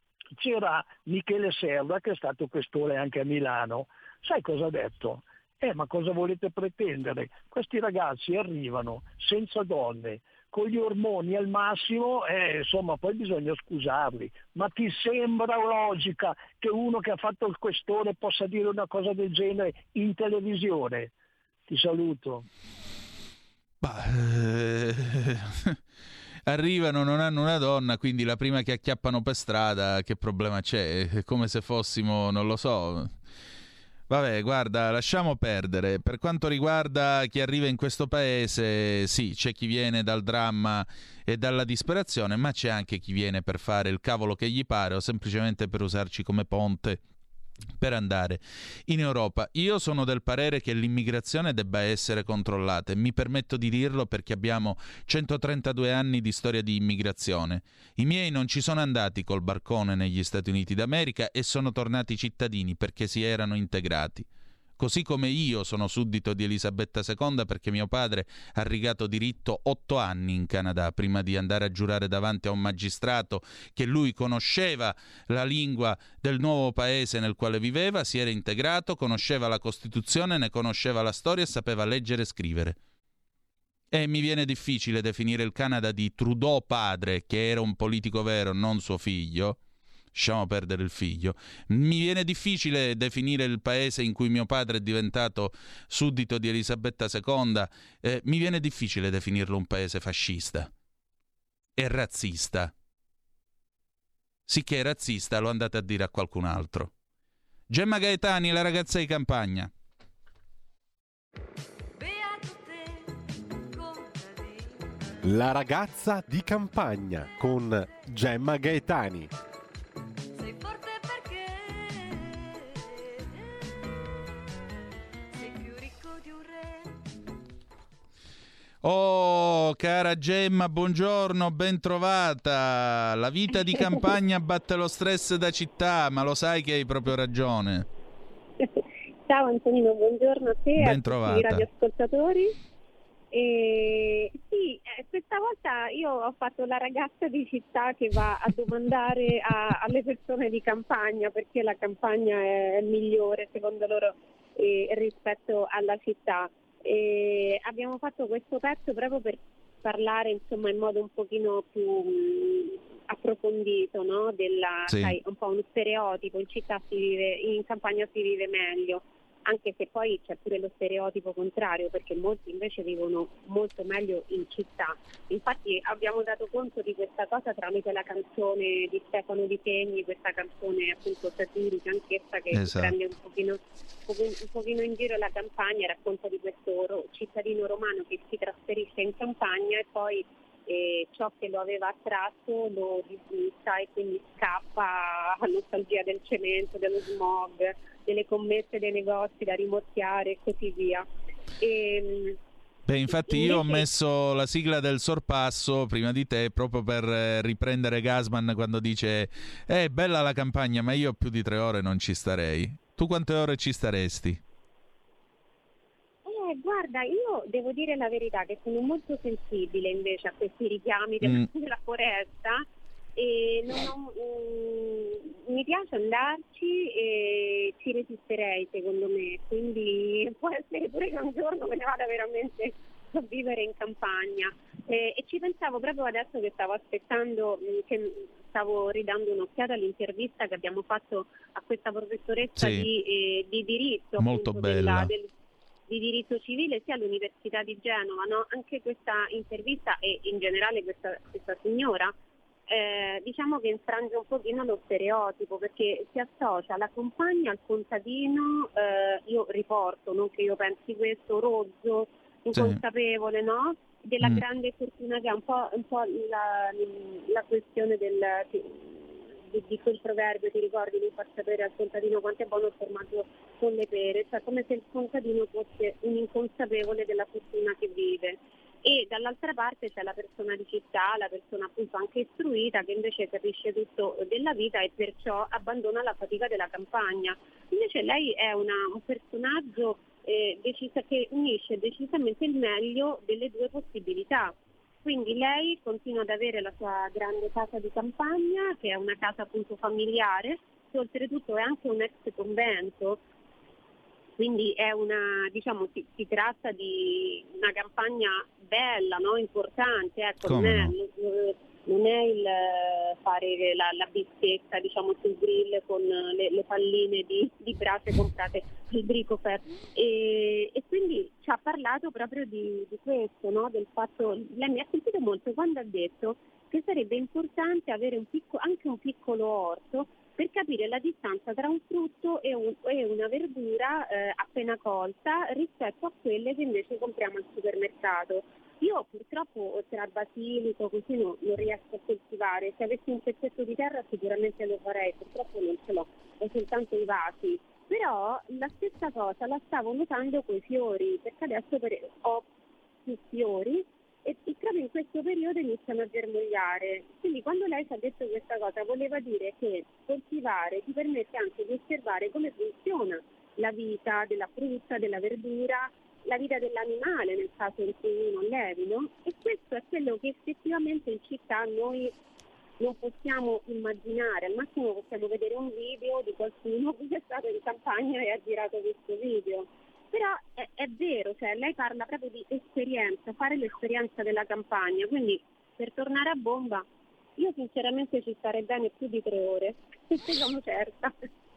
C'era Michele Serra che è stato questore anche a Milano. Sai cosa ha detto? Eh, ma cosa volete pretendere? Questi ragazzi arrivano senza donne, con gli ormoni al massimo, eh, insomma, poi bisogna scusarli. Ma ti sembra logica che uno che ha fatto il questore possa dire una cosa del genere in televisione? Ti saluto. Bah, eh, arrivano, non hanno una donna, quindi la prima che acchiappano per strada, che problema c'è? È come se fossimo, non lo so... Vabbè, guarda, lasciamo perdere. Per quanto riguarda chi arriva in questo paese, sì, c'è chi viene dal dramma e dalla disperazione, ma c'è anche chi viene per fare il cavolo che gli pare o semplicemente per usarci come ponte per andare in Europa. Io sono del parere che l'immigrazione debba essere controllata e mi permetto di dirlo perché abbiamo centotrentadue anni di storia di immigrazione. I miei non ci sono andati col barcone negli Stati Uniti d'America e sono tornati cittadini perché si erano integrati. Così come io sono suddito di Elisabetta seconda perché mio padre ha rigato diritto otto anni in Canada prima di andare a giurare davanti a un magistrato che lui conosceva la lingua del nuovo paese nel quale viveva, si era integrato, conosceva la Costituzione, ne conosceva la storia e sapeva leggere e scrivere. E mi viene difficile definire il Canada di Trudeau padre, che era un politico vero, non suo figlio. Lasciamo perdere il figlio. Mi viene difficile definire il paese in cui mio padre è diventato suddito di Elisabetta seconda. Eh, mi viene difficile definirlo un paese fascista e razzista. Sicché razzista lo andate a dire a qualcun altro. Gemma Gaetani, la ragazza di campagna. La ragazza di campagna con Gemma Gaetani. Oh, cara Gemma, buongiorno, ben trovata. La vita di campagna batte lo stress da città, ma lo sai che hai proprio ragione. Ciao Antonino, buongiorno a te e a tutti trovata. i radioascoltatori. E sì, eh, questa volta io ho fatto la ragazza di città che va a domandare a, alle persone di campagna perché la campagna è migliore secondo loro eh, rispetto alla città. E abbiamo fatto questo pezzo proprio per parlare insomma in modo un pochino più mh, approfondito, no? Della, sì. sai, un po' uno stereotipo, in città si vive, in campagna si vive meglio, anche se poi c'è pure lo stereotipo contrario perché molti invece vivono molto meglio in città. Infatti abbiamo dato conto di questa cosa tramite la canzone di Stefano Di Segni, questa canzone appunto satirica anch'essa che esatto. prende un pochino, un pochino in giro la campagna e racconta di questo ro- cittadino romano che si trasferisce in campagna e poi e ciò che lo aveva attratto lo disgusta e quindi scappa a nostalgia del cemento, dello smog, delle commesse dei negozi da rimorchiare e così via. E, Beh, infatti invece... io ho messo la sigla del sorpasso prima di te proprio per eh, riprendere Gasman quando dice è eh, bella la campagna ma io più di tre ore non ci starei. Tu quante ore ci staresti? Eh, guarda, io devo dire la verità che sono molto sensibile invece a questi richiami della, mm. della foresta e non ho, mm, mi piace andarci e ci resisterei secondo me, quindi può essere pure che un giorno me ne vada veramente a vivere in campagna eh, e ci pensavo proprio adesso che stavo aspettando, mh, che stavo ridando un'occhiata all'intervista che abbiamo fatto a questa professoressa sì. di, eh, di diritto molto appunto, bella della, del, di diritto civile sia all'Università di Genova, no? Anche questa intervista e in generale questa, questa signora eh, diciamo che infrange un pochino lo stereotipo perché si associa la compagna al contadino, eh, io riporto, non che io pensi questo, rozzo, inconsapevole, sì. no? Della mm. grande fortuna che ha un po', un po' la, la questione del... Di, di quel proverbio, ti ricordi, di far sapere al contadino quanto è buono il formaggio con le pere, cioè come se il contadino fosse un inconsapevole della fortuna che vive. E dall'altra parte c'è la persona di città, la persona appunto anche istruita che invece capisce tutto della vita e perciò abbandona la fatica della campagna. Invece lei è una, un personaggio eh, decisa, che unisce decisamente il meglio delle due possibilità. Quindi lei continua ad avere la sua grande casa di campagna, che è una casa appunto familiare, che oltretutto è anche un ex convento, quindi è una, diciamo, si, si tratta di una campagna bella, no? Importante, ecco, non è, no? non è il fare la, la bistecca, diciamo, sul grill con le, le palline di, di brace comprate al Bricofer. E, e quindi ha ha parlato proprio di, di questo, no? Del fatto, lei mi ha sentito molto quando ha detto che sarebbe importante avere un picco, anche un piccolo orto per capire la distanza tra un frutto e, un, e una verdura eh, appena colta rispetto a quelle che invece compriamo al supermercato. Io purtroppo tra basilico così no, non riesco a coltivare, se avessi un pezzetto di terra sicuramente lo farei, purtroppo non ce l'ho, ho soltanto i vasi. Però la stessa cosa la stavo notando con i fiori, perché adesso per, ho più fiori e, e proprio in questo periodo iniziano a germogliare. Quindi quando lei ci ha detto questa cosa voleva dire che coltivare ti permette anche di osservare come funziona la vita della frutta, della verdura, la vita dell'animale nel caso in cui uno allevi, no? E questo è quello che effettivamente in città noi non possiamo immaginare. Al massimo possiamo vedere un video di qualcuno che è stato in campagna e ha girato questo video. Però è, è vero, cioè lei parla proprio di esperienza, fare l'esperienza della campagna. Quindi per tornare a bomba, io sinceramente ci starei bene più di tre ore, se sono certa.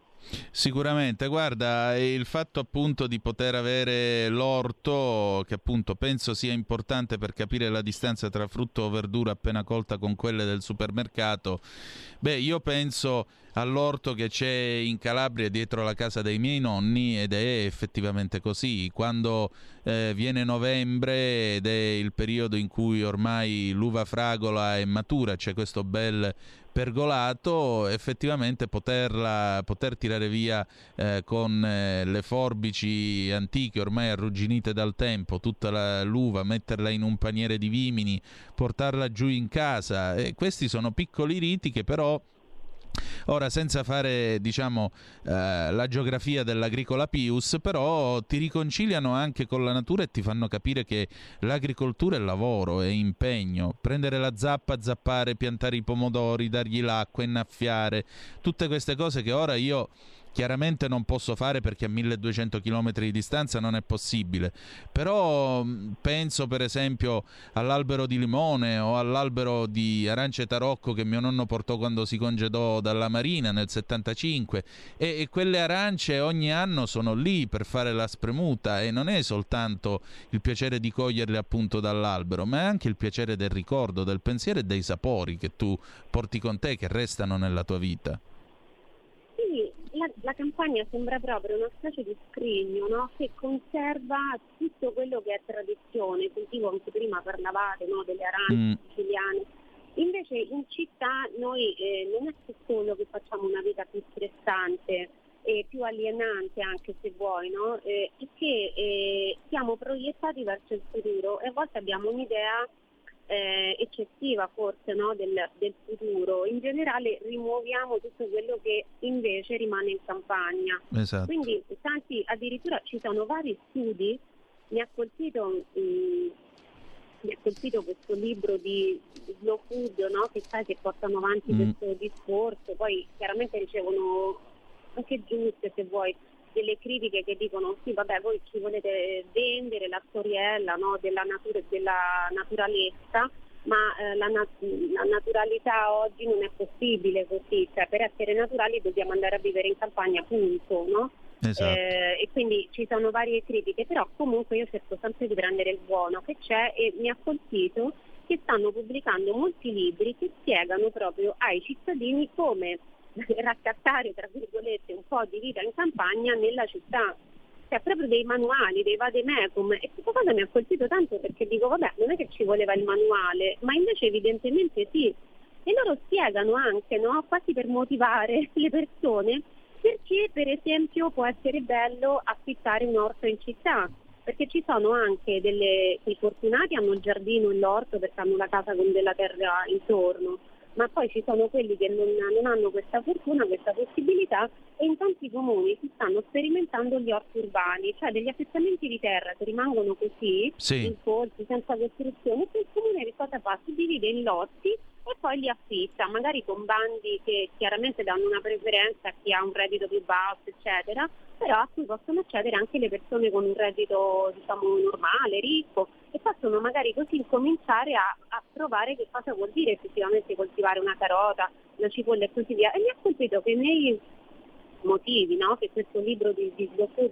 Sicuramente, guarda, il fatto appunto di poter avere l'orto, che appunto penso sia importante per capire la distanza tra frutto o verdura appena colta con quelle del supermercato, beh, io penso all'orto che c'è in Calabria dietro la casa dei miei nonni ed è effettivamente così. Quando eh, viene novembre ed è il periodo in cui ormai l'uva fragola è matura, c'è questo bel pergolato, effettivamente poterla, poter tirare via eh, con eh, le forbici antiche ormai arrugginite dal tempo tutta la, l'uva, metterla in un paniere di vimini, portarla giù in casa, e questi sono piccoli riti che però ora, senza fare diciamo eh, la geografia dell'agricola pius, però ti riconciliano anche con la natura e ti fanno capire che l'agricoltura è lavoro, è impegno. Prendere la zappa, zappare, piantare i pomodori, dargli l'acqua, innaffiare, tutte queste cose che ora io chiaramente non posso fare perché a milleduecento chilometri di distanza non è possibile, però penso per esempio all'albero di limone o all'albero di arance tarocco che mio nonno portò quando si congedò dalla Marina nel settantacinque, e, e quelle arance ogni anno sono lì per fare la spremuta, e non è soltanto il piacere di coglierle appunto dall'albero, ma è anche il piacere del ricordo, del pensiero e dei sapori che tu porti con te, che restano nella tua vita. Sì, la, la campagna sembra proprio una specie di scrigno, no? Che conserva tutto quello che è tradizione, coltivo anche prima parlavate, no? Delle arance mm. siciliane. Invece in città noi eh, non è che solo che facciamo una vita più stressante e più alienante anche se vuoi, no? Eh, è che eh, siamo proiettati verso il futuro e a volte abbiamo un'idea Eh, eccessiva forse, no, del, del futuro. In generale rimuoviamo tutto quello che invece rimane in campagna. Esatto. Quindi tanti, addirittura ci sono vari studi, mi ha colpito mh, mi ha colpito questo libro di Slow Food, no, che sai che portano avanti mm. questo discorso, poi chiaramente ricevono anche giuste se vuoi delle critiche che dicono sì vabbè voi ci volete vendere la storiella, no, della natura, della naturalezza, ma eh, la, nat- la naturalità oggi non è possibile così, cioè per essere naturali dobbiamo andare a vivere in campagna, punto, no? Esatto. Eh, e quindi ci sono varie critiche, però comunque io cerco sempre di prendere il buono che c'è, e mi ha colpito che stanno pubblicando molti libri che spiegano proprio ai cittadini come raccattare, tra virgolette, un po' di vita in campagna nella città. Cioè proprio dei manuali, dei vademecum, e questa cosa mi ha colpito tanto perché dico vabbè, non è che ci voleva il manuale, ma invece evidentemente sì. E loro spiegano anche, no, quasi per motivare le persone, perché per esempio può essere bello affittare un orto in città, perché ci sono anche delle, i fortunati hanno il giardino e l'orto perché hanno la casa con della terra intorno, ma poi ci sono quelli che non, non hanno questa fortuna, questa possibilità, e in tanti comuni si stanno sperimentando gli orti urbani, cioè degli affittamenti di terra che rimangono così, sì. incolti, senza costruzione, e il comune che cosa fa? Si divide in lotti e poi li affitta, magari con bandi che chiaramente danno una preferenza a chi ha un reddito più basso, eccetera, però a cui possono accedere anche le persone con un reddito, diciamo, normale, ricco, e possono magari così cominciare a, a provare che cosa vuol dire effettivamente coltivare una carota, una cipolla e così via. E mi ha colpito che nei motivi, no, che questo libro di, di Slow Food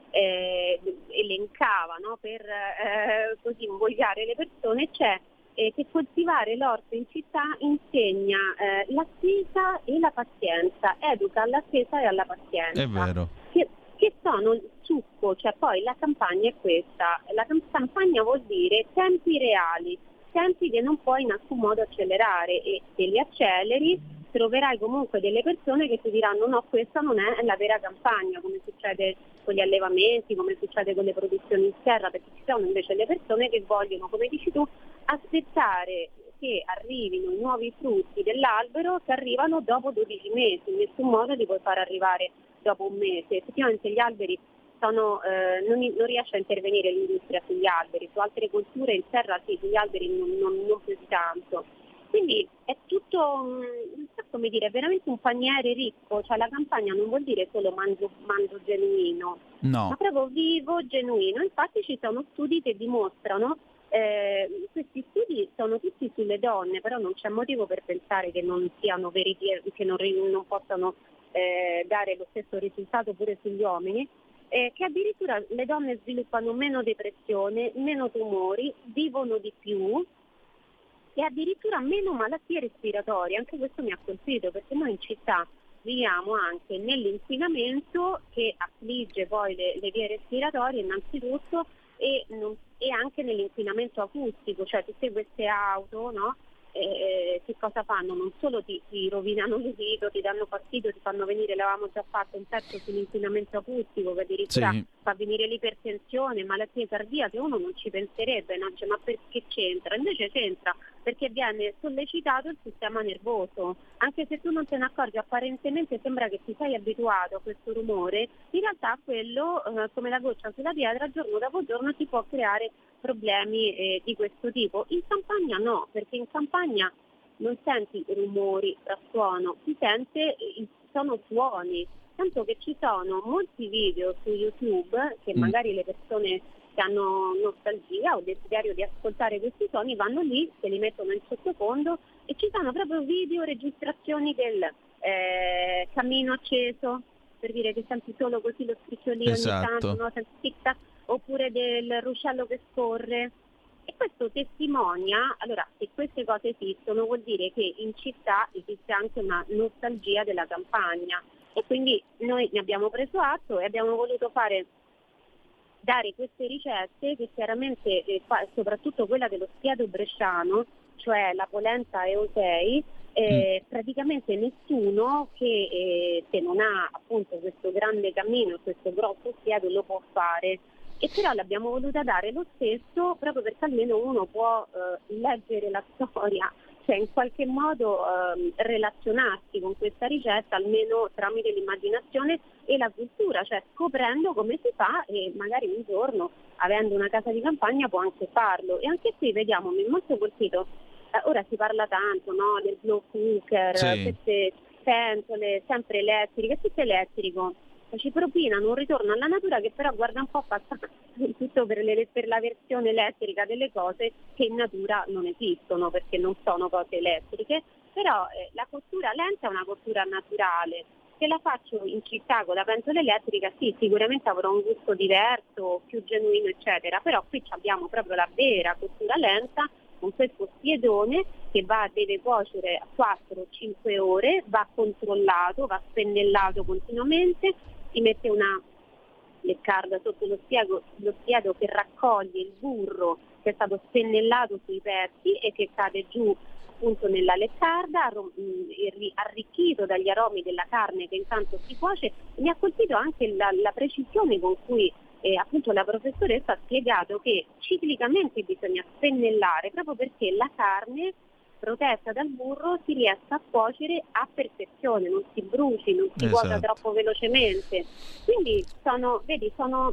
eh, elencava, no? Per eh, così invogliare le persone, c'è eh, che coltivare l'orto in città insegna eh, l'attesa e la pazienza, educa all'attesa e alla pazienza. È vero. Che, che sono il succo, cioè poi la campagna è questa, la cam- campagna vuol dire tempi reali, tempi che non puoi in alcun modo accelerare, e se li acceleri troverai comunque delle persone che ti diranno no, questa non è la vera campagna, come succede con gli allevamenti, come succede con le produzioni in serra, perché ci sono invece le persone che vogliono, come dici tu, aspettare che arrivino i nuovi frutti dell'albero che arrivano dopo dodici mesi, in nessun modo li puoi far arrivare dopo un mese. Effettivamente gli alberi sono, eh, non, non riesce a intervenire l'industria sugli alberi, su altre colture in serra sì, sugli alberi non, non, non più di tanto. Quindi è tutto, non so come dire, è veramente un paniere ricco, cioè la campagna non vuol dire solo mangio, mangio genuino, no. ma proprio vivo, genuino. Infatti ci sono studi che dimostrano, eh, questi studi sono tutti sulle donne, però non c'è motivo per pensare che non siano veri, che non, non possano eh, dare lo stesso risultato pure sugli uomini, eh, che addirittura le donne sviluppano meno depressione, meno tumori, vivono di più, e addirittura meno malattie respiratorie. Anche questo mi ha colpito, perché noi in città viviamo anche nell'inquinamento che affligge poi le, le vie respiratorie innanzitutto, e, non, e anche nell'inquinamento acustico, cioè tutte queste auto, no? Eh, che cosa fanno? Non solo ti, ti rovinano l'udito, ti danno fastidio, ti fanno venire, l'avevamo già fatto un pezzo sull'inquinamento acustico che addirittura sì. fa venire l'ipertensione, malattie cardiache. Uno non ci penserebbe, no? Cioè, ma perché c'entra? Invece c'entra, perché viene sollecitato il sistema nervoso. Anche se tu non te ne accorgi, apparentemente sembra che ti sei abituato a questo rumore, in realtà quello, eh, come la goccia sulla pietra, giorno dopo giorno ti può creare problemi eh, di questo tipo. In campagna no, perché in campagna non senti rumori, frastuono, si sente, eh, sono suoni, tanto che ci sono molti video su YouTube che Mm. magari le persone che hanno nostalgia o desiderio di ascoltare questi suoni vanno lì, se li mettono in sottofondo, e ci sono proprio video registrazioni del eh, camino acceso, per dire che senti solo così lo scricchiolio Esatto. ogni tanto, no? Senti tic-tac, oppure del ruscello che scorre. E questo testimonia, allora, se queste cose esistono vuol dire che in città esiste anche una nostalgia della campagna, e quindi noi ne abbiamo preso atto e abbiamo voluto fare dare queste ricette che chiaramente, eh, fa- soprattutto quella dello spiedo bresciano, cioè la polenta e osei, eh, praticamente nessuno che eh, se non ha appunto questo grande cammino, questo grosso spiedo, lo può fare. E però l'abbiamo voluta dare lo stesso, proprio perché almeno uno può eh, leggere la storia, cioè in qualche modo eh, relazionarsi con questa ricetta, almeno tramite l'immaginazione e la cultura, cioè scoprendo come si fa, e magari un giorno, avendo una casa di campagna, può anche farlo. E anche qui vediamo, mi è molto colpito, eh, ora si parla tanto, no, del slow cooker, Sì. queste pentole sempre elettriche, tutto elettrico. Ci propinano un ritorno alla natura che però, guarda un po', passa tutto per, le, per la versione elettrica delle cose che in natura non esistono, perché non sono cose elettriche. Però eh, la cottura lenta è una cottura naturale. Se la faccio in città con la pentola elettrica, sì, sicuramente avrò un gusto diverso, più genuino, eccetera, però qui abbiamo proprio la vera cottura lenta, con questo spiedone che va, deve cuocere a quattro cinque ore, va controllato, va spennellato continuamente, si mette una leccarda sotto lo spiedo, lo spiedo che raccoglie il burro che è stato spennellato sui pezzi e che cade giù appunto nella leccarda, arro- mh, arricchito dagli aromi della carne che intanto si cuoce. Mi ha colpito anche la, la precisione con cui eh, appunto la professoressa ha spiegato che ciclicamente bisogna spennellare, proprio perché la carne protetta dal burro si riesca a cuocere a perfezione, non si bruci, non si cuoca Esatto. troppo velocemente. Quindi sono, vedi, sono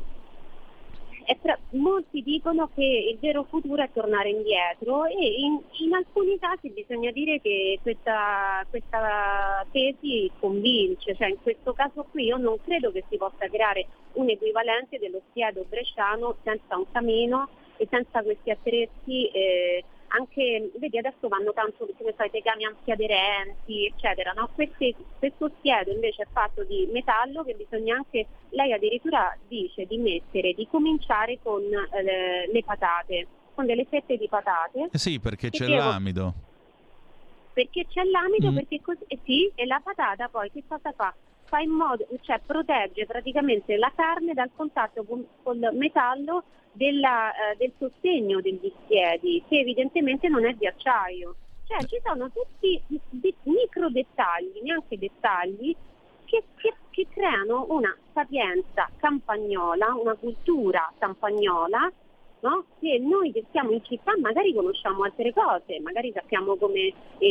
è tra- molti dicono che il vero futuro è tornare indietro, e in, in alcuni casi bisogna dire che questa, questa tesi convince, cioè in questo caso qui io non credo che si possa creare un equivalente dello spiedo bresciano senza un camino e senza questi attrezzi eh, anche, vedi adesso vanno tanto, come sai, tegami antiaderenti, eccetera, no? Queste, questo schiedo invece è fatto di metallo che bisogna anche, lei addirittura dice di mettere, di cominciare con eh, le, le patate, con delle fette di patate. Eh sì, perché c'è devo... l'amido. Perché c'è l'amido, Mm. perché così, eh sì, e la patata poi che cosa fa? Fa in modo, cioè protegge praticamente la carne dal contatto con, col metallo della, eh, del sostegno degli schiedi, che evidentemente non è di acciaio. Cioè ci sono tutti di, micro dettagli, neanche dettagli, che, che, che creano una sapienza campagnola, una cultura campagnola, no? Che noi che siamo in città magari conosciamo altre cose, magari sappiamo come,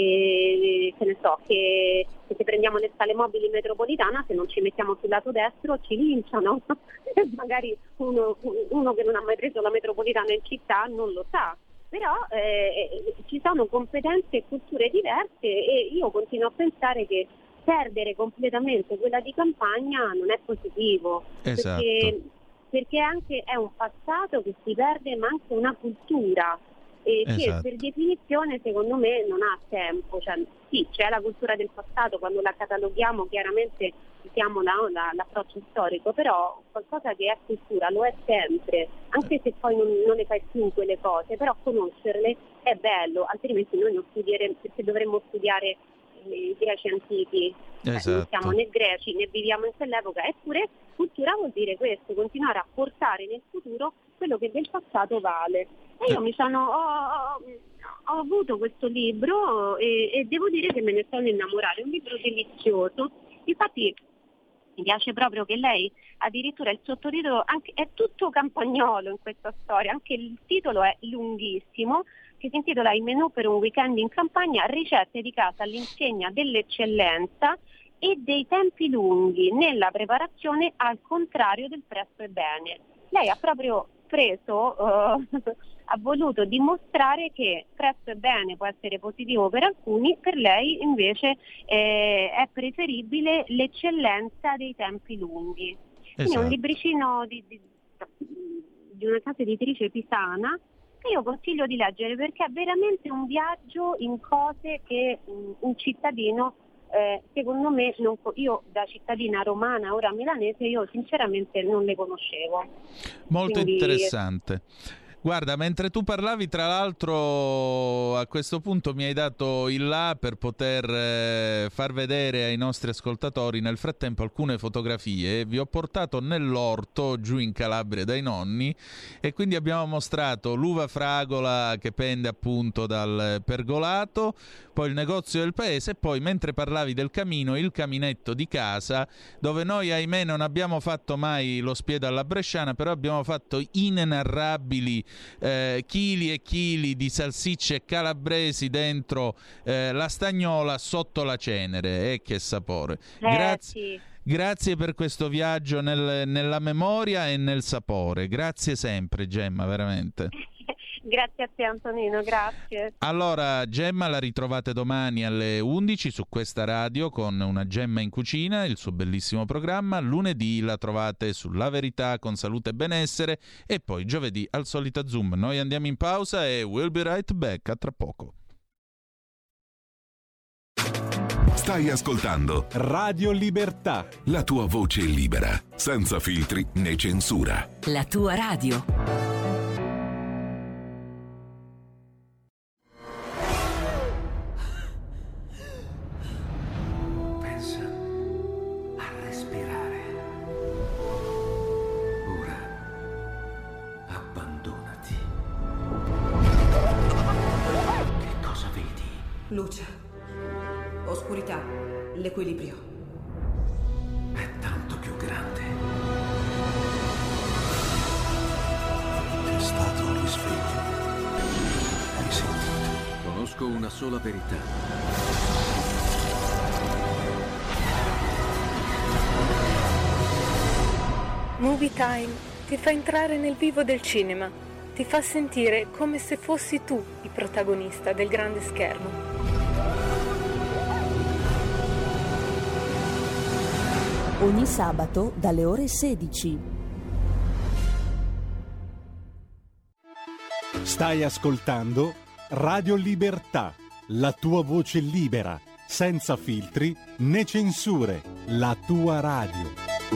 eh, che ne so, che, che se prendiamo le scale mobili in metropolitana, se non ci mettiamo sul lato destro ci linciano. Magari uno, uno che non ha mai preso la metropolitana in città non lo sa. Però eh, ci sono competenze e culture diverse e io continuo a pensare che perdere completamente quella di campagna non è positivo. Esatto. Perché, perché anche è un passato che si perde, ma anche una cultura eh, Esatto. che per definizione secondo me non ha tempo. Cioè, sì, c'è la cultura del passato, quando la cataloghiamo chiaramente usiamo la, la, l'approccio storico, però qualcosa che è cultura lo è sempre, anche se poi non, non ne fai più quelle cose, però conoscerle è bello, altrimenti noi non studieremo, perché dovremmo studiare i greci antichi. Esatto. Eh, non siamo né greci né viviamo in quell'epoca, eppure cultura vuol dire questo, continuare a portare nel futuro quello che del passato vale. E io mi sono ho, ho, ho avuto questo libro e, e devo dire che me ne sono innamorata, è un libro delizioso. Infatti mi piace proprio che lei addirittura il sottotitolo anche, è tutto campagnolo in questa storia, anche il titolo è lunghissimo, che si intitola Il menù per un weekend in campagna, ricette di casa all'insegna dell'eccellenza e dei tempi lunghi nella preparazione, al contrario del presto e bene. Lei ha proprio preso, uh, ha voluto dimostrare che presto e bene può essere positivo per alcuni, per lei invece eh, è preferibile l'eccellenza dei tempi lunghi. Quindi Esatto. è un libricino di, di, di una casa editrice pisana che io consiglio di leggere, perché è veramente un viaggio in cose che um, un cittadino eh, secondo me, non, io da cittadina romana, ora milanese, io sinceramente non le conoscevo. Molto Quindi... interessante. Guarda, mentre tu parlavi, tra l'altro, a questo punto mi hai dato il là per poter eh, far vedere ai nostri ascoltatori nel frattempo alcune fotografie. Vi ho portato nell'orto giù in Calabria dai nonni e quindi abbiamo mostrato l'uva fragola che pende appunto dal pergolato, poi il negozio del paese e poi, mentre parlavi del camino, il caminetto di casa, dove noi ahimè non abbiamo fatto mai lo spiedo alla bresciana, però abbiamo fatto inenarrabili Eh, chili e chili di salsicce calabresi dentro eh, la stagnola sotto la cenere. E eh, che sapore. Eh, grazie, sì. grazie per questo viaggio nel, nella memoria e nel sapore. Grazie sempre, Gemma, veramente. Grazie a te, Antonino, grazie. Allora, Gemma la ritrovate domani alle undici su questa radio con Una Gemma in Cucina, il suo bellissimo programma. Lunedì la trovate su La Verità con Salute e Benessere e poi giovedì al solito Zoom. Noi andiamo in pausa e we'll be right back. A tra poco. Stai ascoltando Radio Libertà, la tua voce libera, senza filtri né censura. La tua radio. Luce, oscurità, l'equilibrio. È tanto più grande. È stato un risveglio. Hai sentito? Conosco una sola verità. Movie Time ti fa entrare nel vivo del cinema, ti fa sentire come se fossi tu il protagonista del grande schermo. Ogni sabato dalle ore sedici. Stai ascoltando Radio Libertà, la tua voce libera, senza filtri né censure, la tua radio.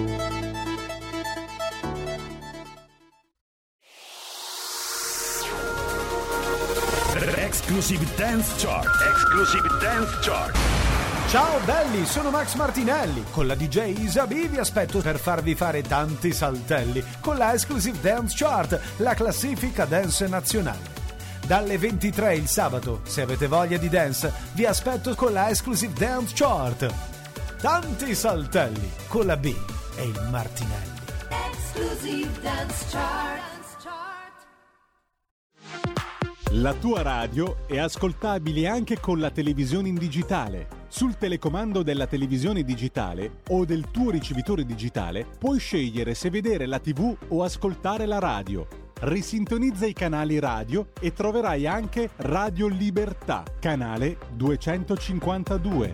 Exclusive Dance Chart. Exclusive Dance Chart. Ciao belli, sono Max Martinelli. Con la D J Isabi vi aspetto per farvi fare tanti saltelli con la Exclusive Dance Chart, la classifica dance nazionale. Dalle ventitré il sabato, se avete voglia di dance, vi aspetto con la Exclusive Dance Chart. Tanti saltelli con la B e il Martinelli. Exclusive Dance Chart. La tua radio è ascoltabile anche con la televisione in digitale. Sul telecomando della televisione digitale o del tuo ricevitore digitale puoi scegliere se vedere la tivù o ascoltare la radio. Risintonizza i canali radio e troverai anche Radio Libertà, canale duecentocinquantadue.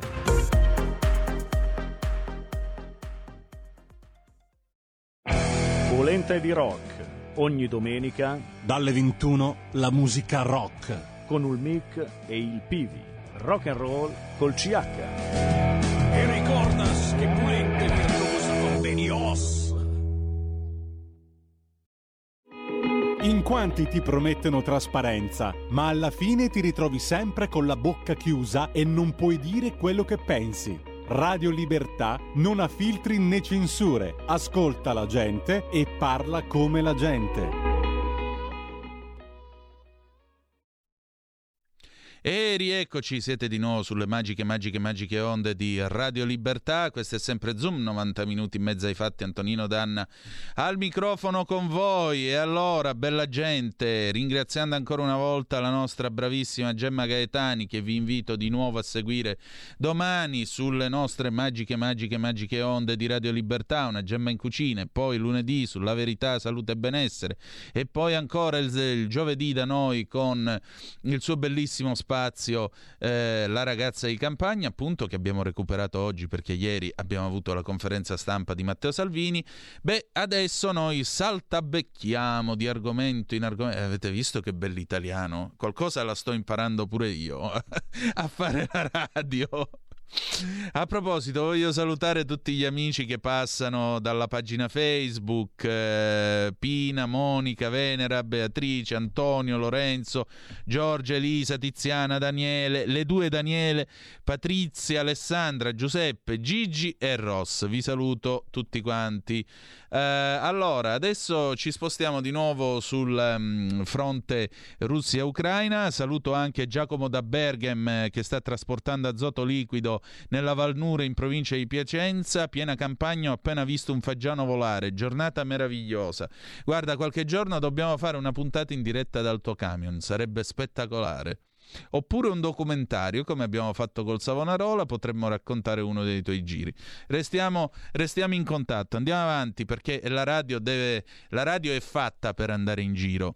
Polenta di rock. Ogni domenica dalle ventuno la musica rock con il Mic e il Pivi. Rock and roll col C H. E ricordas che Polenta virtuosa convenios. In quanti ti promettono trasparenza, ma alla fine ti ritrovi sempre con la bocca chiusa e non puoi dire quello che pensi. Radio Libertà non ha filtri né censure, ascolta la gente e parla come la gente. E rieccoci, siete di nuovo sulle magiche, magiche, magiche onde di Radio Libertà. Questo è sempre Zoom, novanta minuti in mezzo ai fatti. Antonino Danna al microfono con voi. E allora, bella gente, ringraziando ancora una volta la nostra bravissima Gemma Gaetani, che vi invito di nuovo a seguire domani sulle nostre magiche, magiche, magiche onde di Radio Libertà. Una Gemma in cucina, e poi lunedì sulla Verità, Salute e Benessere, e poi ancora il, il giovedì da noi con il suo bellissimo spazio Spazio, eh, la ragazza di campagna, appunto, che abbiamo recuperato oggi perché ieri abbiamo avuto la conferenza stampa di Matteo Salvini. Beh, adesso noi saltabecchiamo di argomento in argomento. Eh, avete visto che bell'italiano? Qualcosa la sto imparando pure io a fare la radio. A proposito, voglio salutare tutti gli amici che passano dalla pagina Facebook, eh, Pina, Monica, Venera, Beatrice, Antonio, Lorenzo, Giorgia, Elisa, Tiziana, Daniele, le due Daniele, Patrizia, Alessandra, Giuseppe, Gigi e Ross. Vi saluto tutti quanti. Eh, allora, adesso ci spostiamo di nuovo sul um, fronte Russia-Ucraina. Saluto anche Giacomo da Berghem, eh, che sta trasportando azoto liquido nella Valnure in provincia di Piacenza. Piena campagna, ho appena visto un fagiano volare, giornata meravigliosa. Guarda, qualche giorno dobbiamo fare una puntata in diretta dal tuo camion, sarebbe spettacolare. Oppure un documentario, come abbiamo fatto col Savonarola, potremmo raccontare uno dei tuoi giri. Restiamo, restiamo in contatto, andiamo avanti, perché la radio deve, la radio è fatta per andare in giro.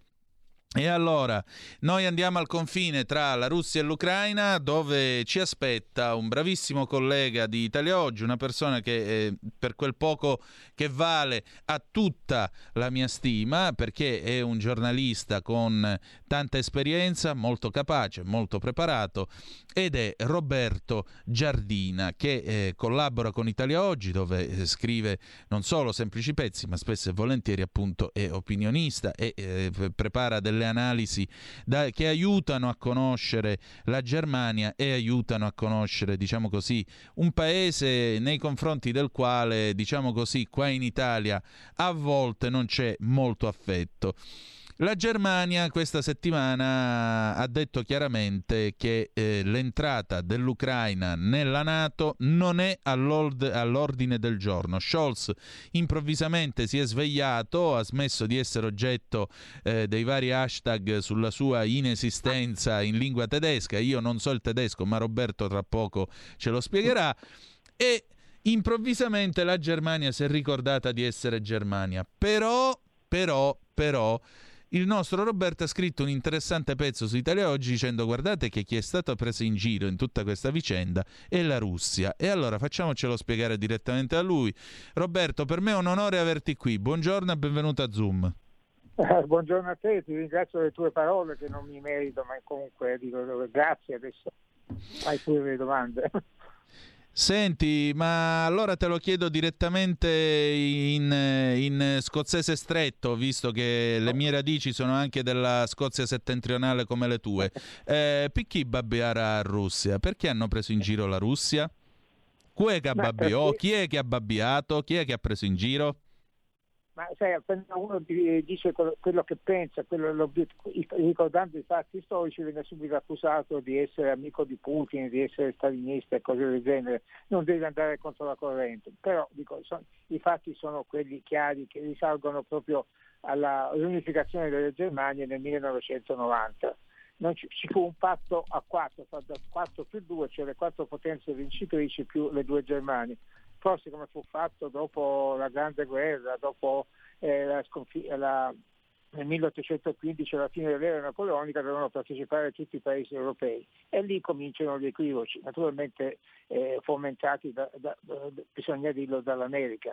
E allora, noi andiamo al confine tra la Russia e l'Ucraina, dove ci aspetta un bravissimo collega di Italia Oggi, una persona che eh, per quel poco che vale ha tutta la mia stima, perché è un giornalista con tanta esperienza, molto capace, molto preparato, ed è Roberto Giardina, che eh, collabora con Italia Oggi, dove eh, scrive non solo semplici pezzi, ma spesso e volentieri appunto è opinionista e eh, prepara delle analisi da, che aiutano a conoscere la Germania e aiutano a conoscere, diciamo così, un paese nei confronti del quale, diciamo così, qua in Italia a volte non c'è molto affetto. La Germania questa settimana ha detto chiaramente che eh, l'entrata dell'Ucraina nella NATO non è all'ord- all'ordine del giorno. Scholz improvvisamente si è svegliato, ha smesso di essere oggetto eh, dei vari hashtag sulla sua inesistenza in lingua tedesca. Io non so il tedesco, ma Roberto tra poco ce lo spiegherà. E improvvisamente la Germania si è ricordata di essere Germania. Però, però, però... il nostro Roberto ha scritto un interessante pezzo su Italia Oggi dicendo: guardate che chi è stato preso in giro in tutta questa vicenda è la Russia. E allora facciamocelo spiegare direttamente a lui. Roberto, per me è un onore averti qui. Buongiorno e benvenuto a Zoom. Eh, buongiorno a te, ti ringrazio delle tue parole che non mi merito, ma comunque dico grazie, adesso fai pure le domande. Senti, ma allora te lo chiedo direttamente in, in scozzese stretto, visto che le mie radici sono anche della Scozia settentrionale come le tue. Eh, perché babbiare a Russia? Perché hanno preso in giro la Russia? Chi è che abbabbiò? Chi è che ha babbiato? Chi è che ha preso in giro? Ma sai, appena uno dice quello che pensa, quello, ricordando i fatti storici, viene subito accusato di essere amico di Putin, di essere stalinista e cose del genere. Non deve andare contro la corrente. Però dico, sono, i fatti sono quelli chiari che risalgono proprio alla riunificazione delle Germanie nel millenovecentonovanta. Non ci, ci fu un patto a quattro, quattro più due, cioè le quattro potenze vincitrici più le due Germanie. Forse come fu fatto dopo la Grande Guerra, dopo eh, la sconfitta, la, nel milleottocentoquindici, alla fine dell'era napoleonica, dovevano partecipare tutti i paesi europei. E lì cominciano gli equivoci, naturalmente eh, fomentati, da, da, da, bisogna dirlo, dall'America.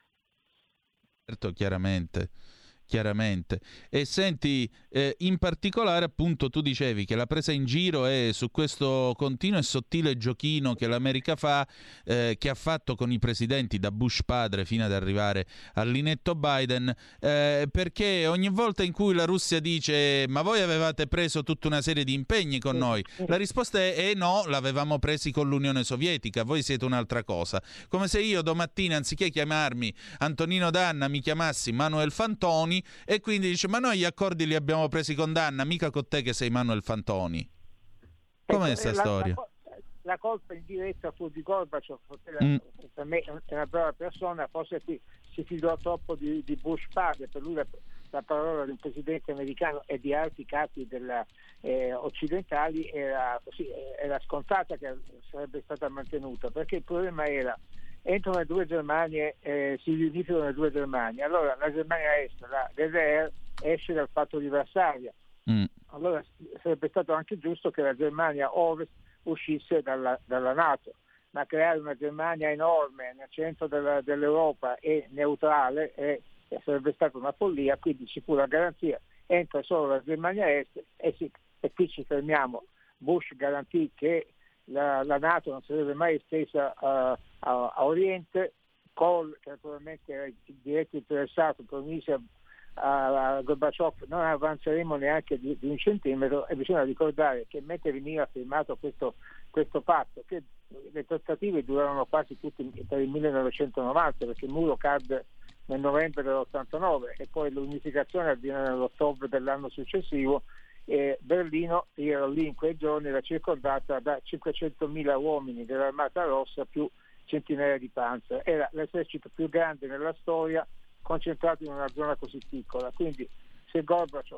Certo, chiaramente. Chiaramente. E senti, eh, in particolare appunto tu dicevi che la presa in giro è su questo continuo e sottile giochino che l'America fa, eh, che ha fatto con i presidenti da Bush padre fino ad arrivare all'inetto Biden, eh, perché ogni volta in cui la Russia dice ma voi avevate preso tutta una serie di impegni con noi, la risposta è eh, no, l'avevamo presi con l'Unione Sovietica, voi siete un'altra cosa. Come se io domattina, anziché chiamarmi Antonino Danna, mi chiamassi Manuel Fantoni, e quindi dice ma noi gli accordi li abbiamo presi con Danna, mica con te che sei Manuel Fantoni. Com'è questa la, storia? La, la colpa in diretta fu di Gorbaciov, mm. per me è una brava persona, forse qui si fidò troppo di, di Bush padre, per lui la, la parola di un presidente americano e di altri capi della, eh, occidentali era, così, era scontata che sarebbe stata mantenuta, perché il problema era entrano le due Germanie, eh, si riunificano le due Germanie, allora la Germania Est, la D D R, esce dal patto di Varsavia, mm. allora sarebbe stato anche giusto che la Germania Ovest uscisse dalla, dalla NATO, ma creare una Germania enorme nel centro della, dell'Europa e neutrale eh, sarebbe stata una follia, quindi ci fu la garanzia, entra solo la Germania Est e, si, e qui ci fermiamo. Bush garantì che la, la NATO non sarebbe mai estesa a, a, a Oriente. Kohl, che naturalmente era il diretto interessato, promise a, a Gorbaciov non avanzeremo neanche di, di un centimetro, e bisogna ricordare che mentre veniva firmato questo, questo patto, che le trattative durarono quasi tutte per il millenovecentonovanta, perché il muro cadde nel novembre dell'ottantanove e poi l'unificazione avviene nell'ottobre dell'anno successivo. E Berlino, io ero lì in quei giorni, era circondata da cinquecentomila uomini dell'Armata Rossa più centinaia di Panzer. Era l'esercito più grande nella storia concentrato in una zona così piccola, quindi se Gorbaciov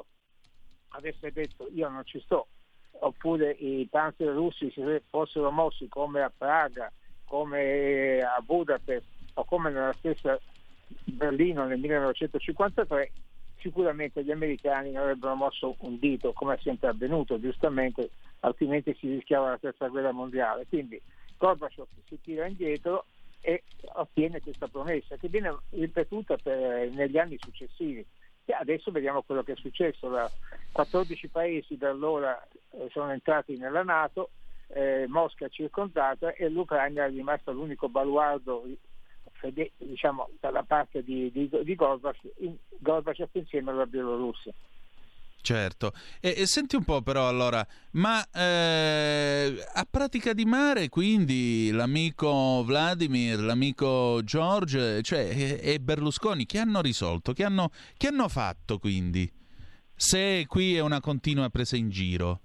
avesse detto io non ci sto, oppure i Panzer russi si fossero mossi come a Praga, come a Budapest o come nella stessa Berlino nel millenovecentocinquantatré, sicuramente gli americani non avrebbero mosso un dito, come è sempre avvenuto giustamente, altrimenti si rischiava la terza guerra mondiale. Quindi Gorbaciov si tira indietro e ottiene questa promessa che viene ripetuta per, negli anni successivi. E adesso vediamo quello che è successo. La, quattordici paesi da allora eh, sono entrati nella NATO, eh, Mosca è circondata e l'Ucraina è rimasta l'unico baluardo, diciamo, dalla parte di, di, di Gorbaciov, in, Gorbaciov insieme alla Bielorussia. Certo, e, e senti un po' però allora, ma eh, a Pratica di Mare quindi l'amico Vladimir, l'amico George, cioè e, e Berlusconi, che hanno risolto, che hanno, che hanno fatto quindi, se qui è una continua presa in giro?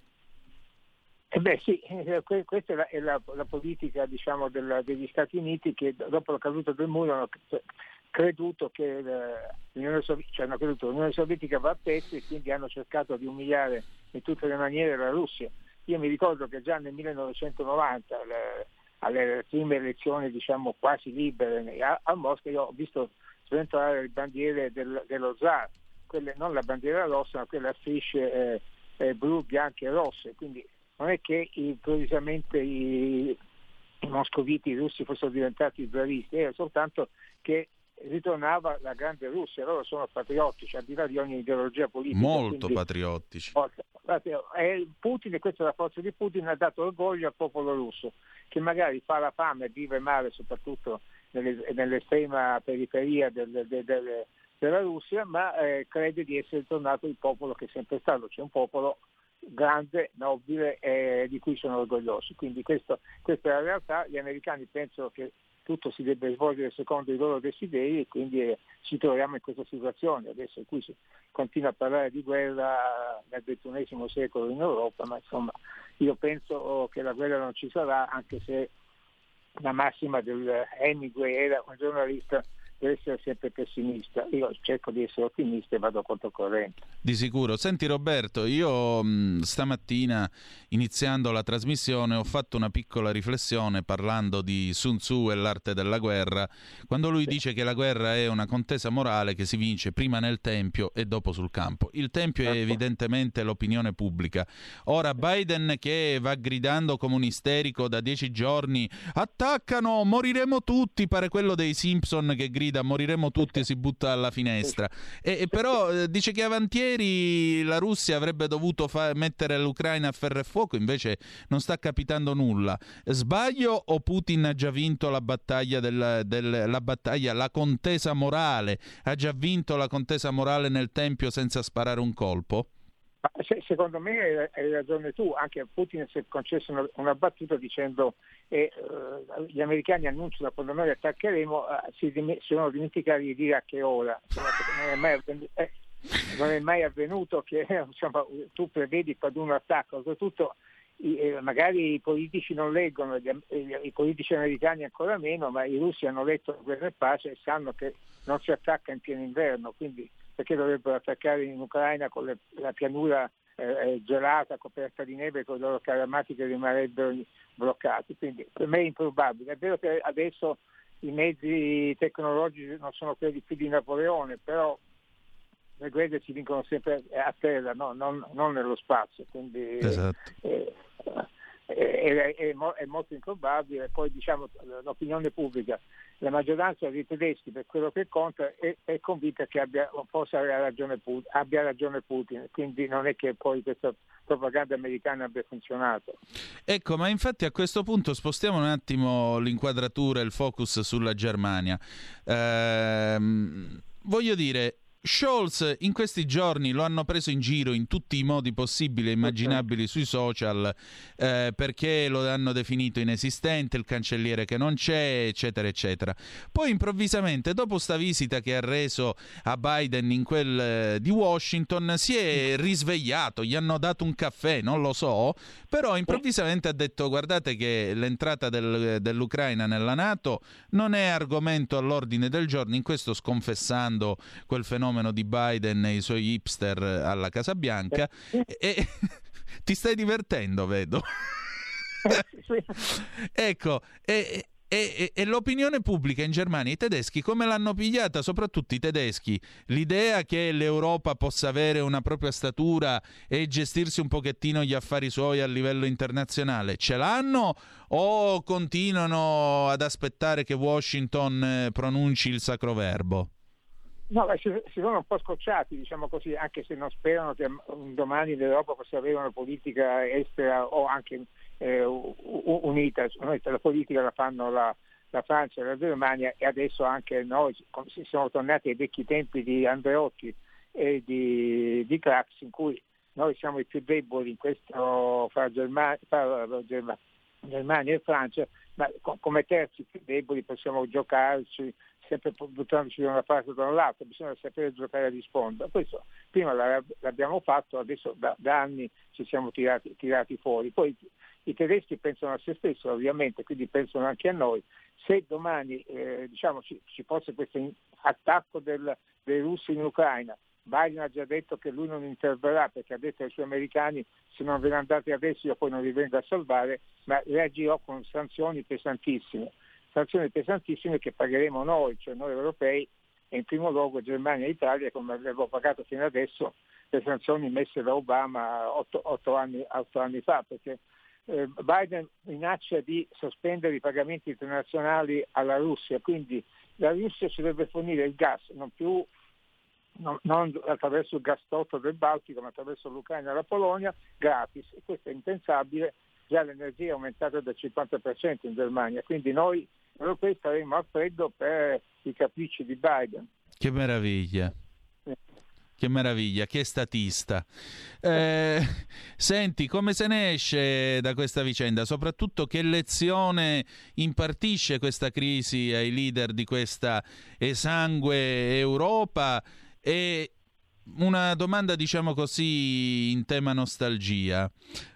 Eh beh sì, questa è la, è la, la politica, diciamo, della, degli Stati Uniti, che dopo la caduta del muro hanno creduto che l'Unione Sovietica, cioè hanno creduto l'Unione Sovietica va a pezzi e quindi hanno cercato di umiliare in tutte le maniere la Russia. Io mi ricordo che già nel millenovecentonovanta, le, alle prime elezioni, diciamo, quasi libere a, a Mosca, io ho visto sventolare le bandiere del, dello zar, quelle, non la bandiera rossa, ma quelle a strisce eh, eh, blu, bianche e rosse, quindi non è che improvvisamente i, i moscoviti, i russi fossero diventati zaristi, era soltanto che ritornava la grande Russia. Loro sono patriottici, al di là di ogni ideologia politica. Molto quindi, patriottici. E Putin, e questa è la forza di Putin, ha dato orgoglio al popolo russo, che magari fa la fame e vive male soprattutto nelle, nell'estrema periferia del, del, del, della Russia, ma eh, crede di essere tornato il popolo che è sempre stato. C'è un popolo grande, nobile, e di cui sono orgogliosi. Quindi questo, questa è la realtà. Gli americani pensano che tutto si debba svolgere secondo i loro desideri, e quindi eh, ci troviamo in questa situazione adesso in cui si continua a parlare di guerra nel ventunesimo secolo in Europa, ma insomma io penso che la guerra non ci sarà, anche se la massima del Hemingway era un giornalista deve essere sempre pessimista. Io cerco di essere ottimista e vado controcorrente. Di sicuro. Senti Roberto, io mh, stamattina, iniziando la trasmissione, ho fatto una piccola riflessione parlando di Sun Tzu e l'arte della guerra, quando lui sì. dice che la guerra è una contesa morale che si vince prima nel tempio e dopo sul campo. Il tempio ecco. è evidentemente l'opinione pubblica. Ora Biden, che va gridando come un isterico da dieci giorni, attaccano, moriremo tutti, pare quello dei Simpson che grida moriremo tutti e si butta dalla finestra, e, e però eh, dice che avantieri la Russia avrebbe dovuto fa- mettere l'Ucraina a ferro e fuoco, invece non sta capitando nulla. Sbaglio o Putin ha già vinto la battaglia, del, del, la battaglia, la contesa morale, ha già vinto la contesa morale nel tempio senza sparare un colpo? Se, secondo me hai, hai ragione tu, anche Putin si è concesso una, una battuta dicendo eh, gli americani annunciano quando noi attaccheremo, eh, si, dim- si sono dimenticati di dire a che ora. Insomma, non, è mai avvenuto, eh, non è mai avvenuto che insomma, tu prevedi quando uno attacca, soprattutto i, eh, magari i politici non leggono, gli, eh, i politici americani ancora meno, ma i russi hanno letto Guerra e Pace e sanno che non si attacca in pieno inverno, quindi perché dovrebbero attaccare in Ucraina con le, la pianura eh, gelata, coperta di neve, con i loro carri armati che rimarrebbero bloccati. Quindi per me è improbabile. È vero che adesso i mezzi tecnologici non sono quelli più di Napoleone, però le guerre si vincono sempre a terra, no? non, non nello spazio. Quindi esatto. eh, eh, è, è, è molto improbabile. Poi diciamo l'opinione pubblica, la maggioranza dei tedeschi, per quello che conta, è, è convinta che abbia, forse abbia ragione, Putin, abbia ragione Putin, quindi non è che poi questa propaganda americana abbia funzionato. Ecco, ma infatti a questo punto spostiamo un attimo l'inquadratura e il focus sulla Germania. Ehm, voglio dire, Scholz in questi giorni lo hanno preso in giro in tutti i modi possibili e immaginabili sui social, eh, perché lo hanno definito inesistente, il cancelliere che non c'è, eccetera eccetera. Poi improvvisamente, dopo sta visita che ha reso a Biden in quel eh, di Washington, si è risvegliato, gli hanno dato un caffè, non lo so, però improvvisamente ha detto: guardate che l'entrata del, dell'Ucraina nella NATO non è argomento all'ordine del giorno, in questo sconfessando quel fenomeno di Biden e i suoi hipster alla Casa Bianca. E, e ti stai divertendo, vedo. Ecco, e, e, e l'opinione pubblica in Germania, i tedeschi come l'hanno pigliata, soprattutto i tedeschi, l'idea che l'Europa possa avere una propria statura e gestirsi un pochettino gli affari suoi a livello internazionale, ce l'hanno o continuano ad aspettare che Washington pronunci il sacro verbo? No, si, si sono un po' scocciati, diciamo così, anche se non sperano che un domani l'Europa possa avere una politica estera o anche eh, unita. La politica la fanno la, la Francia e la Germania, e adesso anche noi si sono tornati ai vecchi tempi di Andreotti e di, di Crax, in cui noi siamo i più deboli in questo fra Germania, fra Germania e Francia, ma come terzi più deboli possiamo giocarci sempre buttandoci da una parte o da un'altra, bisogna sapere giocare a risponda. Questo prima l'abbiamo fatto, adesso da, da anni ci siamo tirati, tirati fuori. Poi i tedeschi pensano a se stessi ovviamente, quindi pensano anche a noi. Se domani eh, diciamo ci, ci fosse questo attacco del, dei russi in Ucraina, Biden ha già detto che lui non interverrà, perché ha detto ai suoi americani: se non ve ne andate adesso io poi non vi vengo a salvare, ma reagirò con sanzioni pesantissime. sanzioni pesantissime che pagheremo noi, cioè noi europei, e in primo luogo Germania e Italia, come abbiamo pagato fino adesso le sanzioni messe da Obama otto, otto, anni, otto anni fa, perché eh, Biden minaccia di sospendere i pagamenti internazionali alla Russia, quindi la Russia ci deve fornire il gas, non più non, non attraverso il gasdotto del Baltico, ma attraverso l'Ucraina e la Polonia, gratis. E questo è impensabile, già l'energia è aumentata del cinquanta per cento in Germania, quindi noi europei staremo a freddo per i capricci di Biden. Che meraviglia. Che meraviglia, che statista. Eh, senti, come se ne esce da questa vicenda? Soprattutto che lezione impartisce questa crisi ai leader di questa esangue Europa? E una domanda, diciamo così, in tema nostalgia.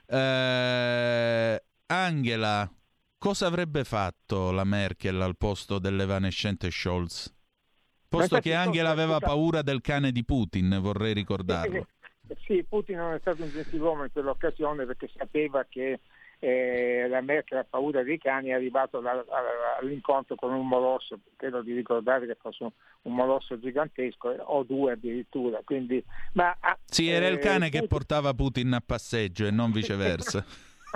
Eh, Angela, cosa avrebbe fatto la Merkel al posto dell'evanescente Scholz? Posto che Angela aveva paura del cane di Putin, vorrei ricordarlo. Sì, Putin non è stato un gentiluomo in quell'occasione perché sapeva che eh, la Merkel ha paura dei cani, è arrivato la, la, all'incontro con un molosso, credo di ricordare che fosse un, un molosso gigantesco, o due addirittura. Quindi, ma, sì, era eh, il cane Putin... che portava Putin a passeggio e non viceversa.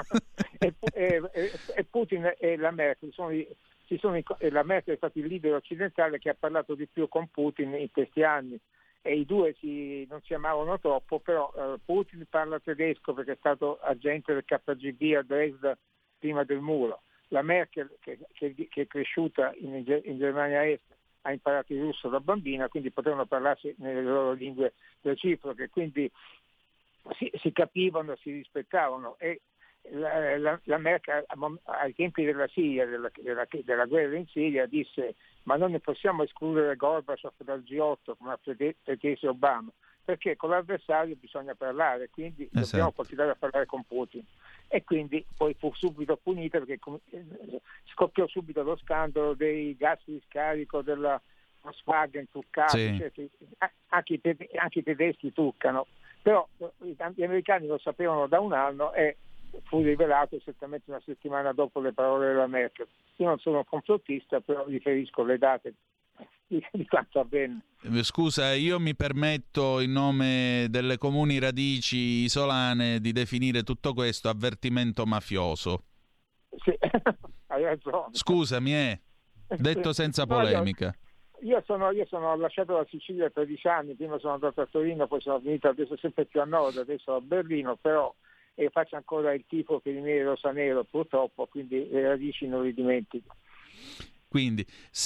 e, e, e Putin e la Merkel sono i Si sono, la Merkel è stato il leader occidentale che ha parlato di più con Putin in questi anni e i due si, non si amavano troppo, però eh, Putin parla tedesco perché è stato agente del K G B a Dresda prima del muro. La Merkel, che, che, che è cresciuta in, in Germania Est, ha imparato il russo da bambina, quindi potevano parlarsi nelle loro lingue reciproche, quindi si, si capivano, si rispettavano. E La, la, la Merkel ai tempi della Siria, della, della, della guerra in Siria, disse: ma non ne possiamo escludere Gorbaciov dal G otto come ha preteso Obama, perché con l'avversario bisogna parlare, quindi esatto. Dobbiamo continuare a parlare con Putin. E quindi poi fu subito punita perché scoppiò subito lo scandalo dei gas di scarico della Volkswagen truccati, sì. Cioè, anche, i tede- anche i tedeschi truccano, però gli americani lo sapevano da un anno e fu rivelato esattamente una settimana dopo le parole della Merkel. Io non sono un complottista, però riferisco le date di, di quanto avvenne. Scusa, io mi permetto in nome delle comuni radici isolane di definire tutto questo avvertimento mafioso. Sì, hai ragione. Scusami, eh, detto senza polemica. No, io, io, sono, io sono lasciato la Sicilia tredici anni, prima sono andato a Torino, poi sono venuto adesso sempre più a nord, adesso a Berlino, però e faccio ancora il tifo per i miei rosanero purtroppo, quindi le radici non li dimentico. Quindi,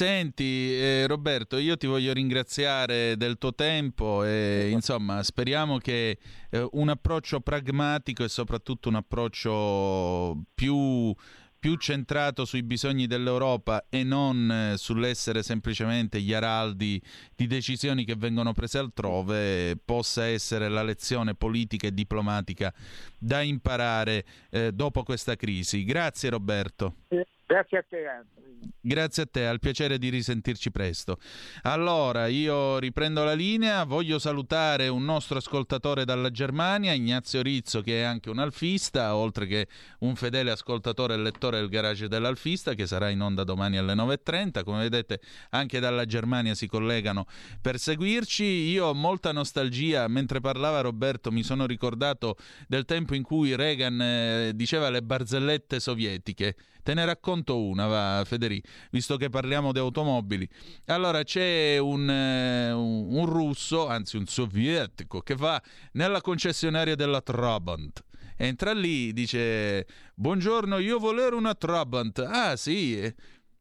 senti eh, Roberto, io ti voglio ringraziare del tuo tempo e insomma speriamo che eh, un approccio pragmatico e soprattutto un approccio più più centrato sui bisogni dell'Europa e non eh, sull'essere semplicemente gli araldi di decisioni che vengono prese altrove, possa essere la lezione politica e diplomatica da imparare eh, dopo questa crisi. Grazie Roberto. Grazie a te Anthony. Grazie a te, al piacere di risentirci presto. Allora, io riprendo la linea, voglio salutare un nostro ascoltatore dalla Germania, Ignazio Rizzo, che è anche un alfista, oltre che un fedele ascoltatore e lettore del Garage dell'Alfista, che sarà in onda domani alle nove e trenta. Come vedete, anche dalla Germania si collegano per seguirci. Io ho molta nostalgia, mentre parlava Roberto mi sono ricordato del tempo in cui Reagan eh, diceva le barzellette sovietiche. Te ne racconto una, va Federico, visto che parliamo di automobili. Allora c'è un, eh, un, un russo, anzi un sovietico, che va nella concessionaria della Trabant. Entra lì, dice: buongiorno, io volevo una Trabant. Ah sì,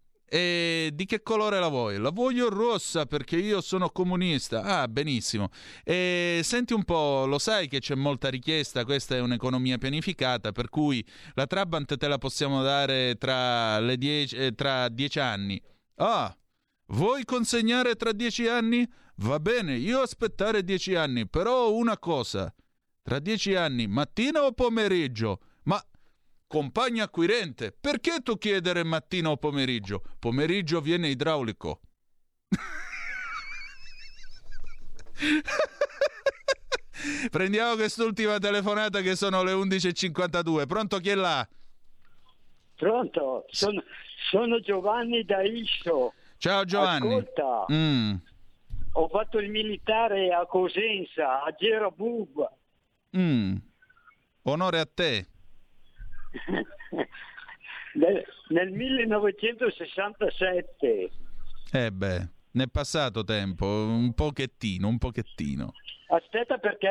e di che colore la vuoi? La voglio rossa perché io sono comunista. Ah, benissimo. E senti un po', lo sai che c'è molta richiesta, questa è un'economia pianificata, per cui la Trabant te la possiamo dare tra le dieci, eh, tra dieci anni. Ah, vuoi consegnare tra dieci anni? Va bene, io aspettare dieci anni, però una cosa, tra dieci anni, mattina o pomeriggio? Ma compagno acquirente, perché tu chiedere mattina o pomeriggio? Pomeriggio viene idraulico. Prendiamo quest'ultima telefonata che sono le undici e cinquantadue. Pronto, chi è là? Pronto, sono, sono Giovanni da Isso. Ciao Giovanni. Ascolta, mm. ho fatto il militare a Cosenza, a Gerabub. Mm. Onore a te. nel, nel millenovecentosessantasette. Eh beh, ne è passato tempo, un pochettino, un pochettino. Aspetta perché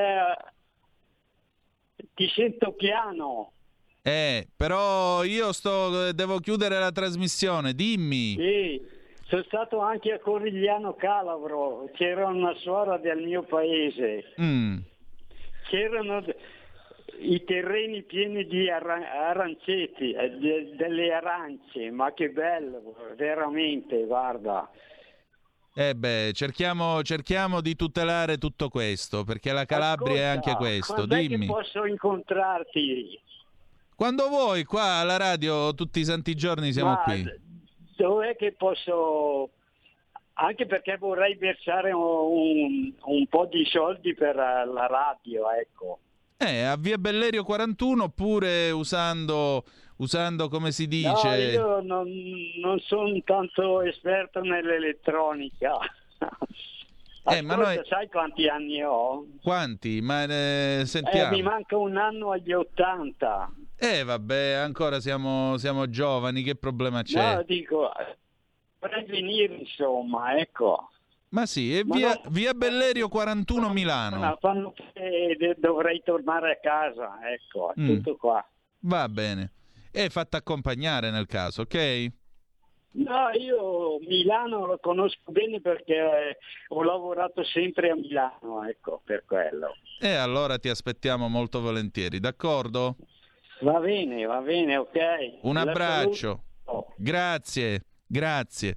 ti sento piano. Eh, però io sto, devo chiudere la trasmissione, dimmi. Sì, sono stato anche a Corigliano Calabro, c'era una suora del mio paese. Mm. C'erano i terreni pieni di ara- aranceti, eh, de- delle arance, ma che bello, veramente, guarda. Eh beh, cerchiamo, cerchiamo di tutelare tutto questo, perché la Calabria Ascolta, è anche questo, quando è dimmi. che posso incontrarti? Quando vuoi, qua alla radio tutti i santi giorni siamo Ma qui. Dov'è che posso... Anche perché vorrei versare un, un po' di soldi per la radio, ecco. Eh, a via Bellerio quarantuno oppure usando, usando come si dice... No, io non, non sono tanto esperto nell'elettronica. Ascolta, Eh, ma noi... sai quanti anni ho? Quanti? Ma eh, sentiamo. Eh, mi manca un anno agli ottanta. Eh vabbè, ancora siamo, siamo giovani, che problema c'è? No, dico, vorrei venire insomma, ecco. Ma sì, e Ma via, no, via Bellerio quarantuno Milano. no, fanno che dovrei tornare a casa, ecco, Mm. tutto qua. Va bene. E fatta accompagnare nel caso, ok? No, io Milano lo conosco bene perché ho lavorato sempre a Milano, ecco, per quello. E allora ti aspettiamo molto volentieri, d'accordo? Va bene, va bene, ok. Un La abbraccio. saluto. Grazie, grazie.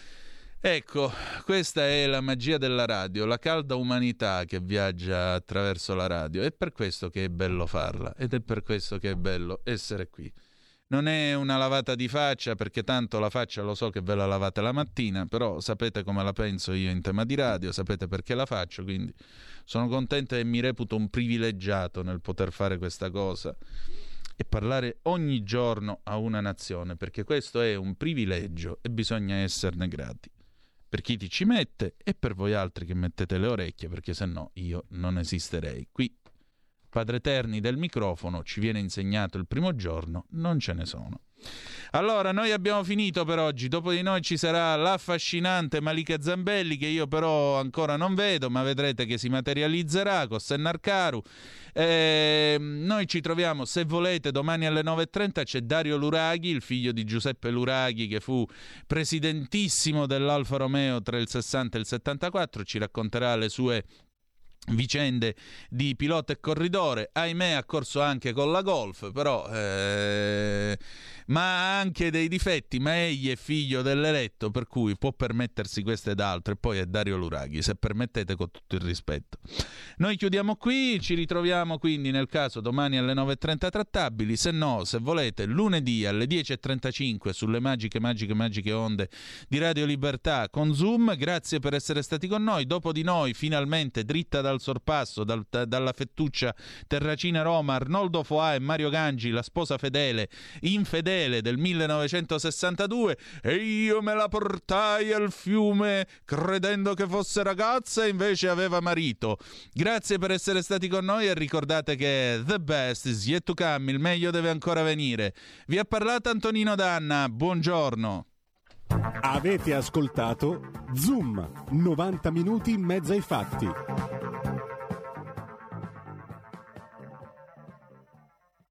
Ecco, questa è la magia della radio, la calda umanità che viaggia attraverso la radio. È per questo che è bello farla ed è per questo che è bello essere qui. Non è una lavata di faccia, perché tanto la faccia lo so che ve la lavate la mattina, però sapete come la penso io in tema di radio, sapete perché la faccio, quindi sono contento e mi reputo un privilegiato nel poter fare questa cosa e parlare ogni giorno a una nazione, perché questo è un privilegio e bisogna esserne grati. Per chi ti ci mette e per voi altri che mettete le orecchie, perché se no io non esisterei. Qui, Padre Terni del microfono, ci viene insegnato il primo giorno, non ce ne sono. Allora, noi abbiamo finito per oggi. Dopo di noi ci sarà l'affascinante Malika Zambelli, che io però ancora non vedo, ma vedrete che si materializzerà con Sennar Caru. Eh, noi ci troviamo, se volete, domani alle nove e trenta. C'è Dario Luraghi, il figlio di Giuseppe Luraghi, che fu presidentissimo dell'Alfa Romeo tra il sessanta e il settantaquattro. Ci racconterà le sue vicende di pilota e corridore. Ahimè, ha corso anche con la Golf, però eh, ma ha anche dei difetti, ma egli è figlio dell'eletto, per cui può permettersi queste ed altre. Poi è Dario Luraghi, se permettete, con tutto il rispetto. Noi chiudiamo qui, ci ritroviamo quindi nel caso domani alle nove e trenta trattabili, se no, se volete, lunedì alle dieci e trentacinque sulle magiche, magiche, magiche onde di Radio Libertà con Zoom. Grazie per essere stati con noi. Dopo di noi, finalmente, dritta dal sorpasso, dal, dalla fettuccia Terracina Roma, Arnoldo Foà e Mario Gangi, la sposa fedele, infedele del millenovecentosessantadue, e io me la portai al fiume credendo che fosse ragazza e invece aveva marito. Grazie per essere stati con noi e ricordate che the best is yet to come, il meglio deve ancora venire. Vi ha parlato Antonino Danna, buongiorno. Avete ascoltato Zoom, novanta minuti in mezzo ai fatti.